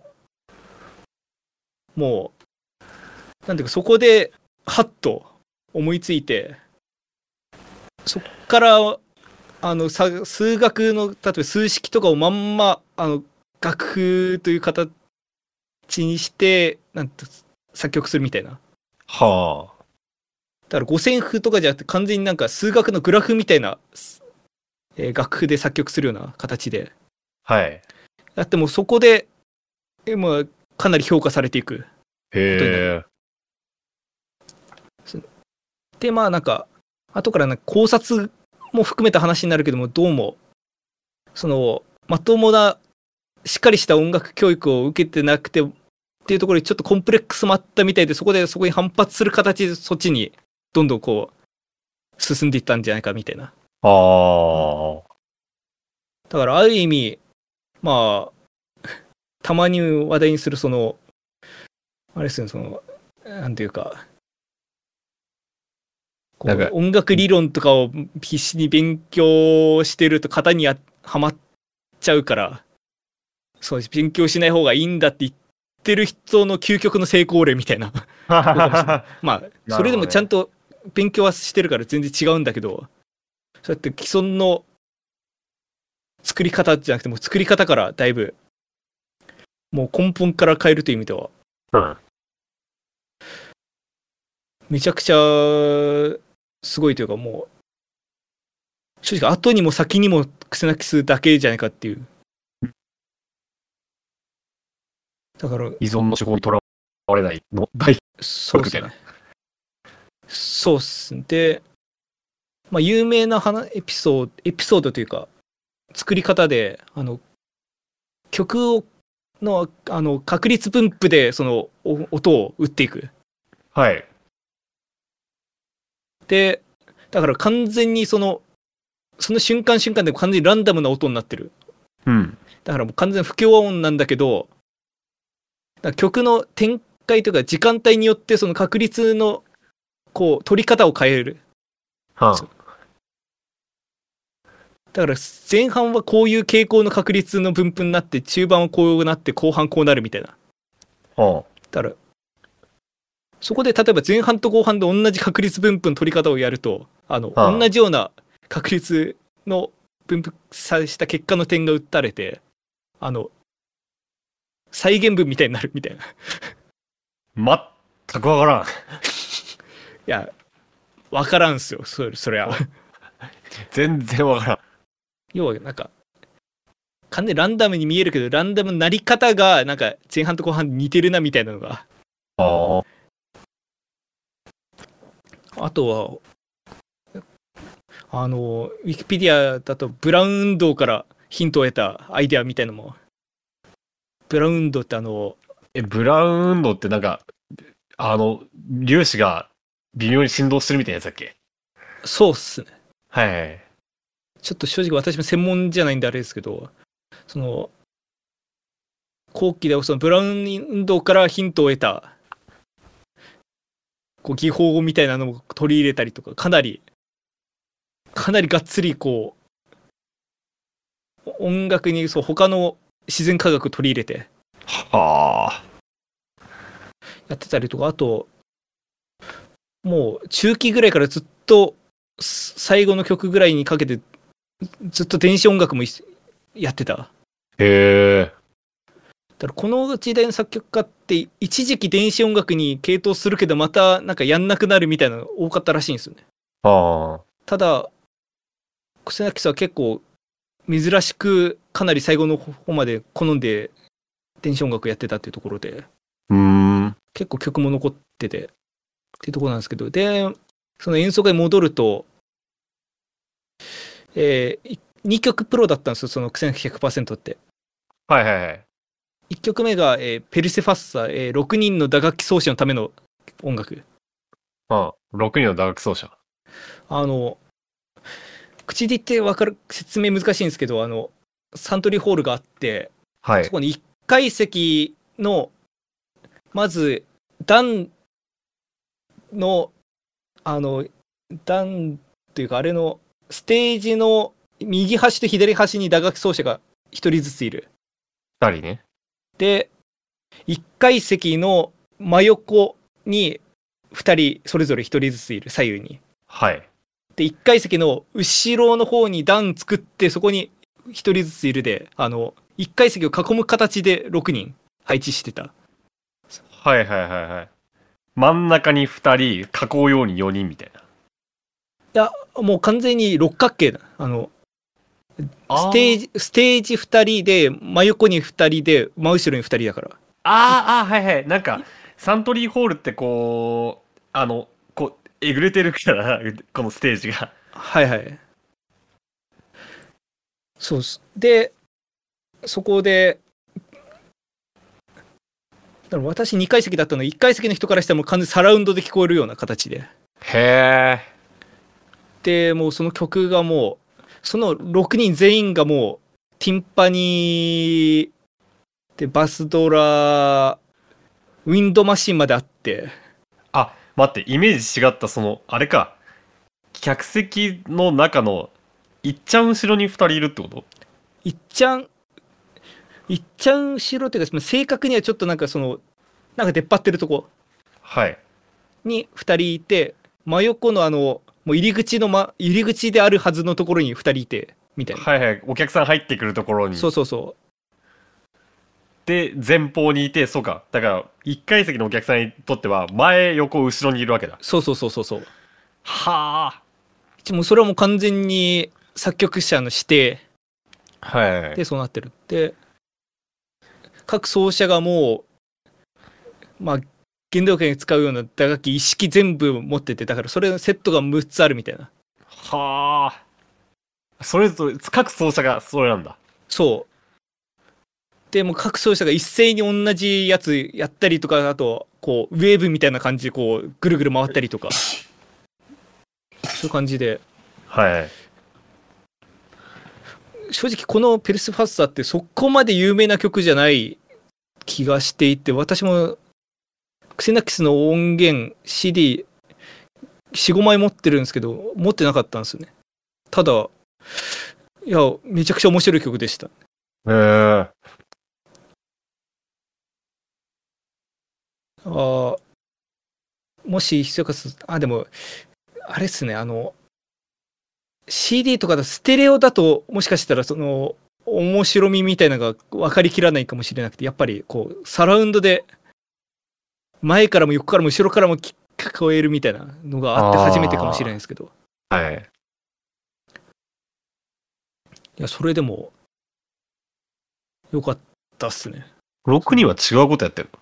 もうなんていうかそこでハッと思いついて、 そっから数学の例えば数式とかをまんま楽譜という形にしてなんて作曲するみたいな。 はあ。 だから五線譜とかじゃなくて完全になんか数学のグラフみたいな、楽譜で作曲するような形で。 はい。 だってもうそこでまあかなり評価されていく。 へえ。 でまあなんか後からなんか考察も含めた話になるけども、どうもそのまともなしっかりした音楽教育を受けてなくてっていうところにちょっとコンプレックスもあったみたいで、そこに反発する形でそっちにどんどんこう進んでいったんじゃないかみたいな。 ああ。 だからある意味まあたまに話題にするそのあれですよね、そのなんていうかこう音楽理論とかを必死に勉強してると型にはまっちゃうから、そう勉強しない方がいいんだって言ってる人の究極の成功例みたいなまあそれでもちゃんと勉強はしてるから全然違うんだけど、そうやって既存の作り方じゃなくても作り方からだいぶもう根本から変えるという意味では、めちゃくちゃすごいというか、もう正直後にも先にもクセナキスだけじゃないかっていう。だから依存の手法にとらわれないの大そうですね。そうっすね。で、まあ有名なエピソードというか作り方で曲の確率分布でその音を打っていく。 はい。 でだから完全にその瞬間瞬間で完全にランダムな音になってる。 うん。 だからもう完全不協和音なんだけど、曲の展開というか時間帯によってその確率のこう取り方を変える。 はあ。 だから前半はこういう傾向の確率の分布になって、中盤はこうなって後半こうなるみたいな。 はあ。 だからそこで例えば前半と後半で同じ確率分布の取り方をやると同じような確率の分布さした結果の点が打たれて再現分みたいになるみたいな。 全くわからん。 いやわからんすよそりゃ全然わからん。 要はなんか完全にランダムに見えるけど、ランダムのなり方がなんか前半と後半似てるなみたいなのが。あとはウィキペディアだとブラウン運動からヒントを得たアイデアみたいなのも。ブラウン運動ってブラウン運動ってなんか粒子が微妙に振動してるみたいなやつだっけ？ そうっすね。 はい。 ちょっと正直私も専門じゃないんであれですけど、その後期でそのブラウン運動からヒントを得たこう技法みたいなのを取り入れたりとか、かなりがっつりこう音楽に他の自然科学取り入れてはあやってたりとか、あともう中期ぐらいからずっと最後の曲ぐらいにかけてずっと電子音楽もやってた。 へえ。 だからこの時代の作曲家って一時期電子音楽に傾倒するけどまたなんかやんなくなるみたいなの多かったらしいんですよね。ただクセナキスは結構珍しくかなり最後の方まで好んで電子音楽やってたっていうところで、結構曲も残っててっていうところなんですけど、でその演奏会に戻ると、2曲プロだったんですよ、そのクセナキス 100% って。 はいはいはい。 1曲目が、ペルセファッサ、6人の打楽器奏者のための音楽。 6人の打楽器奏者。 口で言って分かる説明難しいんですけど、サントリーホールがあって、 はい、 そこに1階席のまず段の段というかあれのステージの右端と左端に打楽器奏者が1人ずついる。 2人ね。 で1階席の真横に2人それぞれ1人ずついる、左右に。 はい。 で1階席の後ろの方に段作って、そこに1人ずついるで、1階席を囲む形で6人配置してた。 はいはいはいはい。真ん中に2人、囲うように4人みたいな。 いや、もう完全に六角形だ。ステージ2人で、真横に2人で、真後ろに2人だから。 はいはい。なんか、サントリーホールってこう、えぐれてるから、このステージが。 はいはい。そうっす。で、そこで、だから私2階席だったので、1階席の人からしても完全にサラウンドで聞こえるような形で。 へえ。 で、もうその曲がもう、その6人全員がもう、ティンパニーでバスドラ、ウィンドマシンまであって、 あ、待って、イメージ違った、あれか。客席の中の、いっちゃん後ろに2人いるってこと？ いっちゃん後ろっていうか、正確にはちょっとなんかなんか出っ張ってるとこはい。 に2人いて、真横のもう入り口であるはずのところに2人いて、みたいな。 はいはい。お客さん入ってくるところに。 そうそうそう。 で、前方にいて、そうか。だから、1階席のお客さんにとっては、前、横、後ろにいるわけだ。 そうそうそうそうそう。 はもうそれはもう完全に作曲者の指定あ。はい。 でそうなってる。で、各奏者がもう、まあ、原動機に使うような打楽器一式全部持ってて、だからそれのセットが6つあるみたいな。 はあ。それぞれ、各奏者がそれなんだ。 そう。で、もう各奏者が一斉に同じやつやったりとか、あと、こう、ウェーブみたいな感じで、こう、ぐるぐる回ったりとか、そういう感じで。 はい。 正直このペルスファッサーってそこまで有名な曲じゃない気がしていて、私もクセナキスの音源 CD4、5枚持ってるんですけど、持ってなかったんですよね。ただ、いや、めちゃくちゃ面白い曲でした。 へえ。 もし、ひそかす、でも、あれっすね、CD とかだステレオだと、もしかしたら面白みみたいなのが分かりきらないかもしれなくて、やっぱりこう、サラウンドで、前からも横からも後ろからも聞こえるみたいなのがあって初めてかもしれないですけど。 はい。 いや、それでも、よかったっすね。 6人は違うことやってる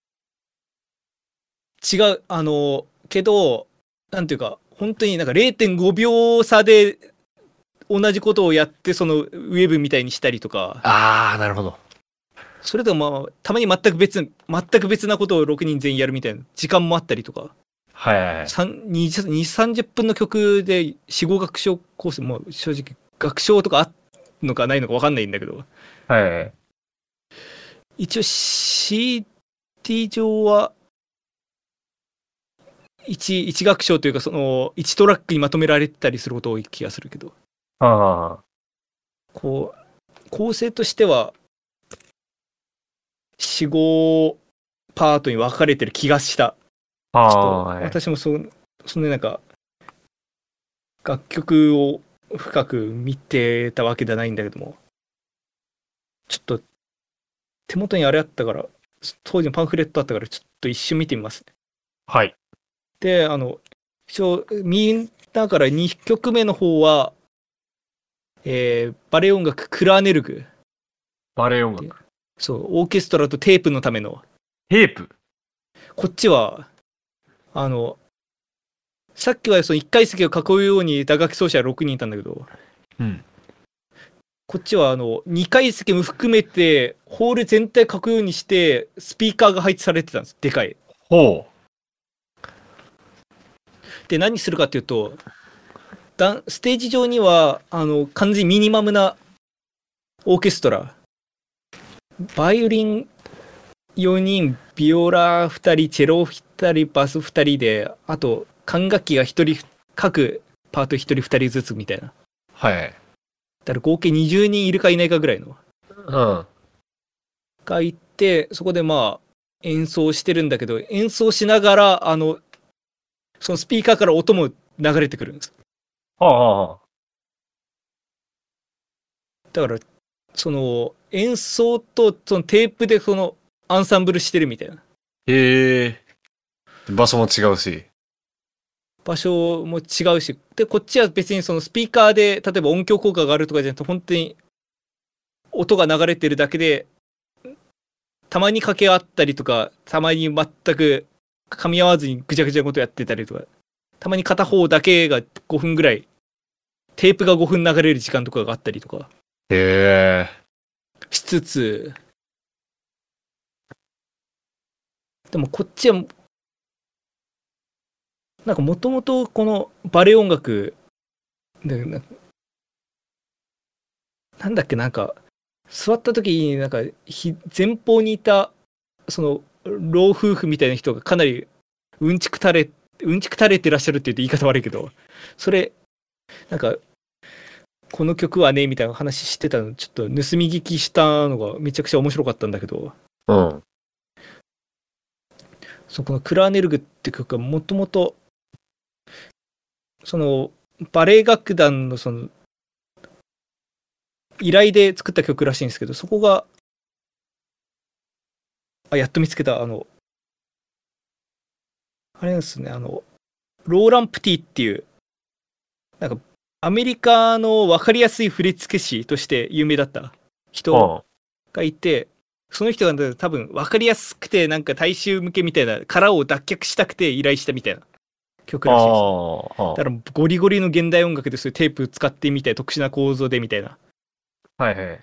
違う、けど、なんていうか、本当になんか 0.5 秒差で同じことをやって、そのウェブみたいにしたりとか。 ああ、なるほど。 それでもたまに全く別なことを6人全員やるみたいな時間もあったりとか。 はいはいはい。 2、30分の曲で4、5楽章コース、もう正直、楽章とかあっのかないのか分かんないんだけど。 はい。 一応 CD 上は、1楽章というか、1トラックにまとめられてたりすること多い気がするけど。 ああ。 こう、構成としては、4、5パートに分かれてる気がした。私もそのなんか、楽曲を深く見てたわけじゃないんだけども、ちょっと手元にあれあったから、当時のパンフレットあったから、ちょっと一瞬見てみますね。 はい。 で、一応、みんなから2曲目の方は、バレエ音楽クラーネルグ。 バレエ音楽。 そう、オーケストラとテープのための。 テープ？ こっちは、さっきはその1階席を囲うように打楽器奏者は6人いたんだけど、 うん。 こっちは2階席も含めて、ホール全体囲うようにして、スピーカーが配置されてたんです。でかい。 ほう。 で、何するかっていうと、ステージ上には、完全にミニマムなオーケストラ。バイオリン4人、ビオラ2人、チェロ2人、バス2人で、あと、管楽器が1人、各パート1人2人ずつみたいな。 はい。 だから合計20人いるかいないかぐらいの。 うん。 がいて、そこでまあ、演奏してるんだけど、演奏しながら、そのスピーカーから音も流れてくるんです。 はあはあ。 だから、その演奏とそのテープでそのアンサンブルしてるみたいな。 へえ。場所も違うし。 場所も違うし、で、こっちは別にそのスピーカーで、例えば音響効果があるとかじゃなくて、本当に音が流れてるだけで、たまに掛け合ったりとか、たまに全く噛み合わずにぐちゃぐちゃなことやってたりとか、たまに片方だけが5分ぐらい、テープが5分流れる時間とかがあったりとかへえ。 しつつ、でもこっちは、なんかもともとこのバレエ音楽で、なんだっけ、なんか、座った時になんか前方にいたその老夫婦みたいな人がかなりうんちく垂れてらっしゃるって言って言い方悪いけど、それなんかこの曲はねみたいな話してたのちょっと盗み聞きしたのがめちゃくちゃ面白かったんだけど、 うん。 このクラーネルグって曲はもともとそのバレエ楽団のその依頼で作った曲らしいんですけど、そこがやっと見つけた、あれなんですね、ローラン・プティっていう、なんか、アメリカの分かりやすい振付師として有名だった人がいて、その人が多分分かりやすくて、なんか大衆向けみたいな、殻を脱却したくて依頼したみたいな曲らしいです。だからゴリゴリの現代音楽でそういうテープ使ってみたい、特殊な構造でみたいな。 はいはい。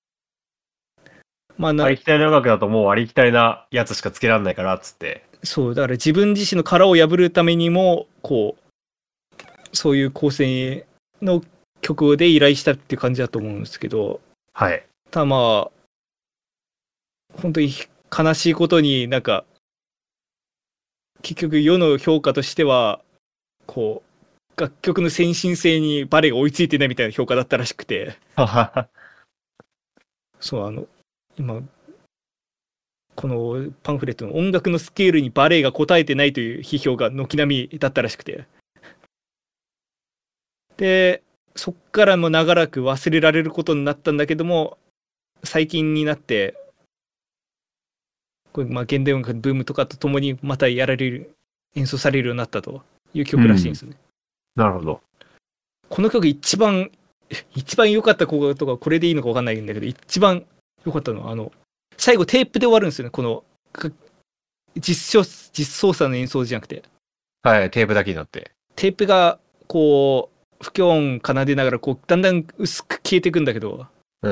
まあありきたりな音楽だともうありきたりなやつしかつけられないからっつって。 そう、だから自分自身の殻を破るためにも、こう、そういう構成の曲で依頼したっていう感じだと思うんですけど、 はい。 ただまあ、本当に悲しいことになんか、結局世の評価としては、こう、楽曲の先進性にバレエが追いついてないみたいな評価だったらしくて、そう、今、このパンフレットの音楽のスケールにバレエが応えてないという批評が軒並みだったらしくて。で、そっからも長らく忘れられることになったんだけども、最近になって、これ現代音楽ブームとかとともにまた演奏されるようになったという曲らしいんですね。 なるほど。 この曲一番良かった子とかこれでいいのか分かんないんだけど、一番良かったのは最後テープで終わるんですよね。この実操作の演奏じゃなくて、 はい、テープだけになって。 テープがこう不協音奏でながらこうだんだん薄く消えていくんだけど、 うん。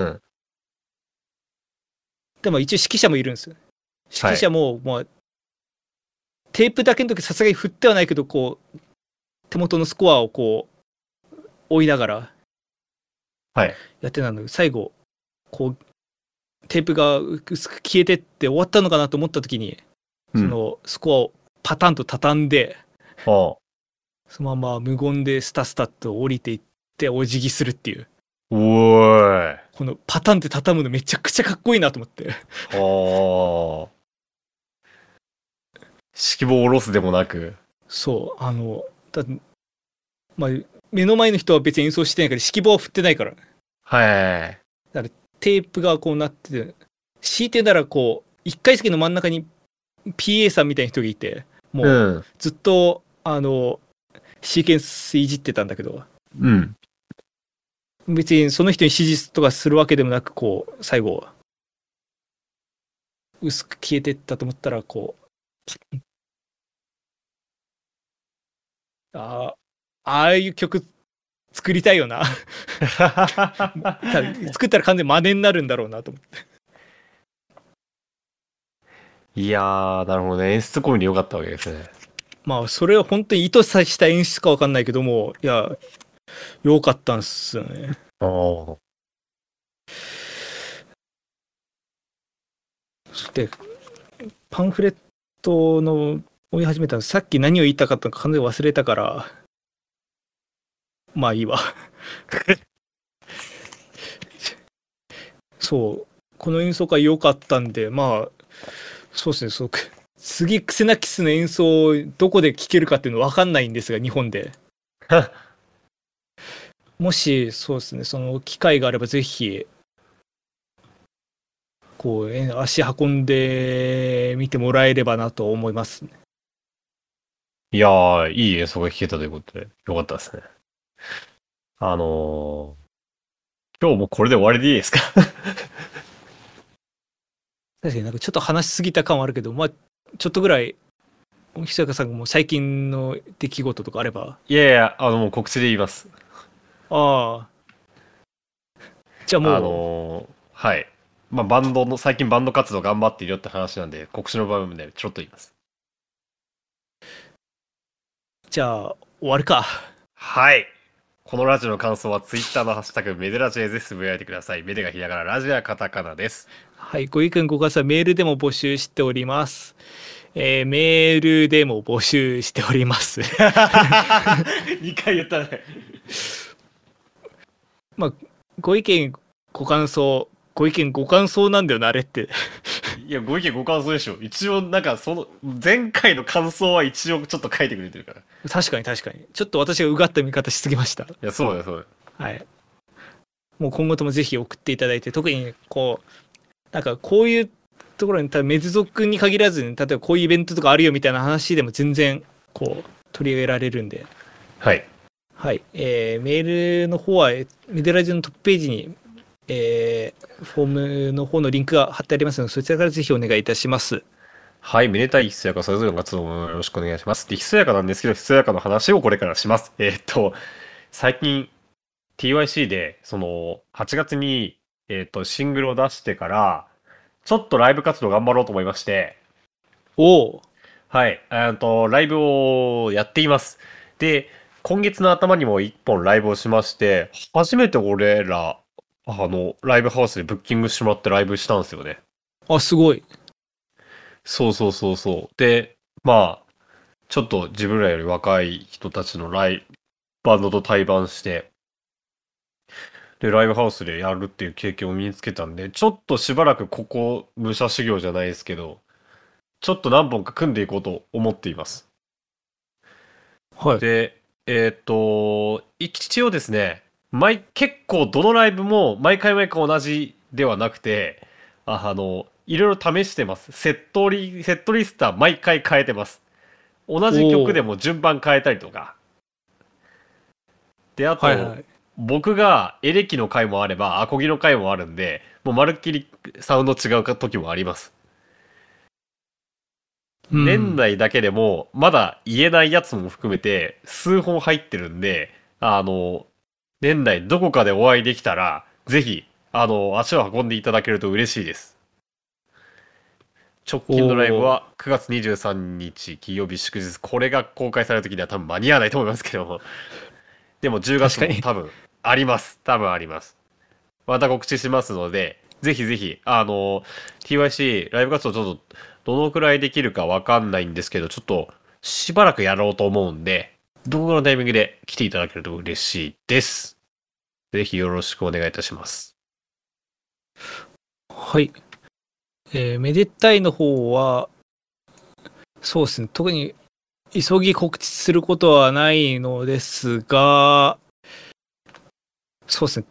でも一応指揮者もいるんですよ。指揮者も、もうテープだけの時さすがに振ってはないけど、こう手元のスコアをこう追いながらやってたんだけど、最後こうテープが薄く消えてって終わったのかなと思った時に、そのスコアをパタンと畳んで、そのまま無言でスタスタと降りていってお辞儀するっていう。 おーい。 このパタンって畳むのめちゃくちゃかっこいいなと思って。 指揮棒を下ろすでもなく。 そう、まあ、目の前の人は別に演奏してないから、指揮棒は振ってないから。 はい。 だからテープがこうなってて、強いてならこう、一階席の真ん中に PA さんみたいな人がいて、もうずっと、シーケンスいじってたんだけど、別にその人に指示とかするわけでもなく、こう、最後、薄く消えてったと思ったら、こう、ああいう曲作りたいよな。作ったら完全に真似になるんだろうなと思って。 いやー、なるほどね。演出込みでよかったわけですね。 まあ、それは本当に意図した演出かわかんないけども、いや、よかったんすよね。そして、パンフレットの追い始めたら、さっき何を言いたかったのか完全に忘れたから、まあいいわ。そう、この演奏会良かったんで、まあ、そうですね、次、クセナキスの演奏をどこで聴けるかっていうの分かんないんですが、日本で。 もし、そうですね、その機会があればぜひ、こう、足運んでみてもらえればなと思いますね。 いやー、いい演奏が聴けたということで、よかったですね。あの今日もこれで終わりでいいですか？ 確かになんかちょっと話しすぎた感はあるけど、まあ、ちょっとぐらい、ひそやかさんがもう最近の出来事とかあれば。 いやいや、もう告知で言います。 ああ、じゃあもはい。まあ、最近バンド活動頑張っているよって話なんで、告知の場面でちょっと言います。 う、じゃあ終わるか。 はい。このラジオの感想はツイッターのハッシュタグメデラジでぜひつぶやいてください。メデがひらがな、ラジオはカタカナです。 はい、ご意見ご感想はメールでも募集しております。メールでも募集しております。 2回言ったね。 まあ、ご意見ご感想、ご意見ご感想なんだよな、あれって。 いや、ご意見ご感想でしょ。一応、なんか、前回の感想は一応ちょっと書いてくれてるから。い確かに確かに。ちょっと私がうがった見方しすぎました。 や、そうだよ、そうだよ。 はい。もう今後ともぜひ送っていただいて、特にこう、なんかこういうところに、多分メズ族に限らずに、例えばこういうイベントとかあるよみたいな話でも全然、こう、取り上げられるんで、 はい。 はい。メールの方は、メデラジのトップページに、フォームの方のリンクが貼ってありますので、そちらからぜひお願いいたします。 はい、めでたいひそやかそれぞれの活動もよろしくお願いします。で、ひそやかなんですけど、ひそやかの話をこれからします。最近 TYC で、8月に、シングルを出してから、ちょっとライブ活動頑張ろうと思いまして、 おお。 はい、ライブをやっています。で、今月の頭にも一本ライブをしまして、初めて俺ら、ライブハウスでブッキングしてもらってライブしたんですよね。 あ、すごい。 そうそうそうそう。で、まあ、ちょっと自分らより若い人たちのバンドと対バンして、で、ライブハウスでやるっていう経験を身につけたんで、ちょっとしばらくここ、武者修行じゃないですけど、ちょっと何本か組んでいこうと思っています。 はい。 で、一応ですね、結構どのライブも毎回毎回同じではなくて、いろいろ試してます。セットリストは毎回変えてます。同じ曲でおお。 も順番変えたりとか。で、あと、 はいはい。 僕がエレキの回もあれば、アコギの回もあるんで、もうまるっきりサウンド違う時もあります。 うん。 年内だけでも、まだ言えないやつも含めて、数本入ってるんで、年内どこかでお会いできたら、ぜひ、足を運んでいただけると嬉しいです。直お近のライブお。 は9月23日金曜日祝日、これが公開される時には多分間に合わないと思いますけども、でも10月確かに。 も多分あります。多分あります。また告知しますので、ぜひぜひ、TYC ライブ活動ちょっとどのくらいできるかわかんないんですけど、ちょっとしばらくやろうと思うんで、どこのタイミングで来ていただけると嬉しいです。ぜひよろしくお願いいたします。 はい。めでたいの方は、そうですね。特に急ぎ告知することはないのですが、そうですね。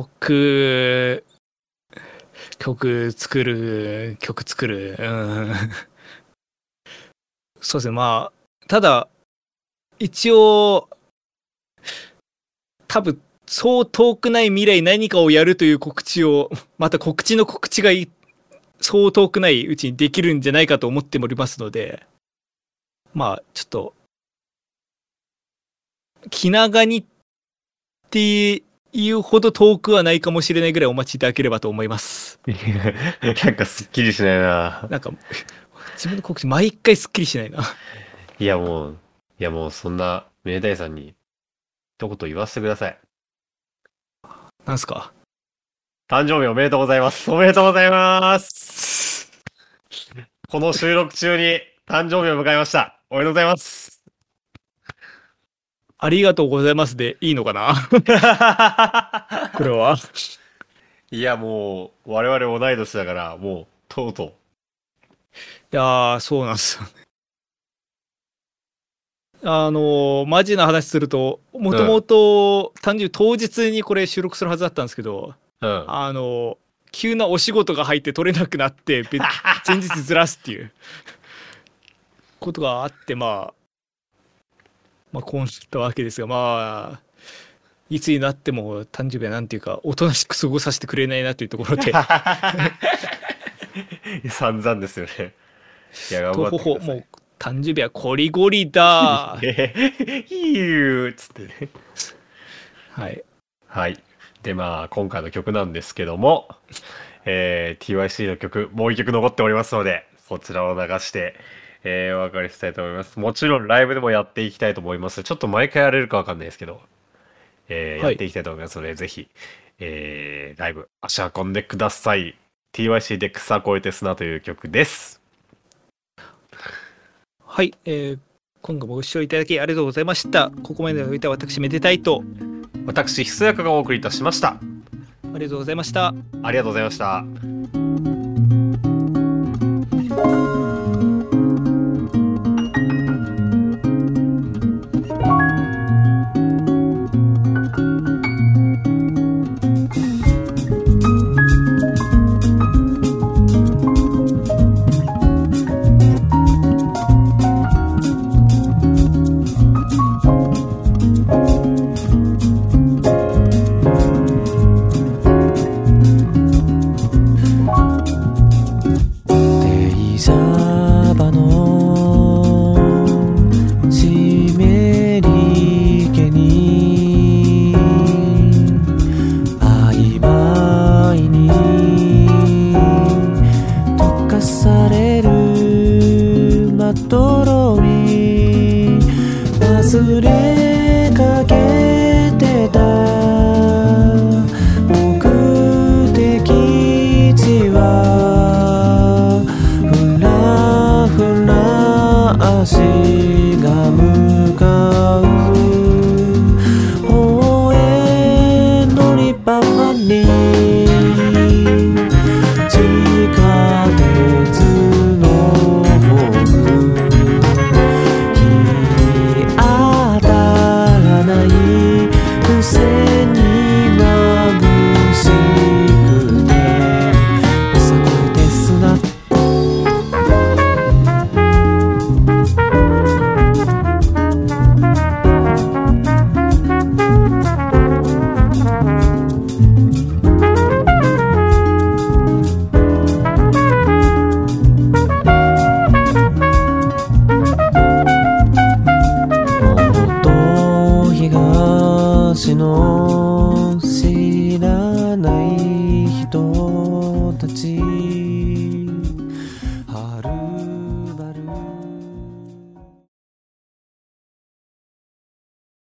曲作る。うん。そうですね。まあ、ただ、一応、多分、そう遠くない未来何かをやるという告知を、また告知の告知がそう遠くないうちにできるんじゃないかと思っておりますので、まあ、ちょっと、気長にっていうほど遠くはないかもしれないぐらいお待ちいただければと思います。 なんかすっきりしないな。 なんか、自分の告知毎回すっきりしないな。 いやもう、いやもうそんな、明大さんに一言言わせてください。 なんすか。 誕生日おめでとうございます。おめでとうございます。この収録中に誕生日を迎えました。おめでとうございます。 ありがとうございますでいいのかな。これは。 いや、もう、我々同い年だから、もう、とうとう。 いやー、そうなんですよ。 マジな話すると、もともと単純に当日にこれ収録するはずだったんですけど、急なお仕事が入って撮れなくなって前日ずらすっていうことがあって、まあこうしたわけですが、まあいつになっても誕生日はなんていうかおとなしく過ごさせてくれないなというところで散々ですよね。いや、頑張ってください。 もう誕生日はコリゴリだいーっつってね。 はいはい。で、まあ今回の曲なんですけども、TYC の曲もう一曲残っておりますので、そちらを流して、お別れしたいと思います。もちろんライブでもやっていきたいと思います。ちょっと毎回やれるかわかんないですけど、やっていきたいと思いますので、ぜひ、ライブ足運んでください。TYC で草越えて砂という曲です。 はい、今後もご視聴いただきありがとうございました。ここまでのおいて私めでたいと、 私ひそやかがお送りいたしました。 ありがとうございました。 ありがとうございました。 忘れかけてた目的地はふらふら足が向かう公園のリバーに地下鉄のホームの知らない人たち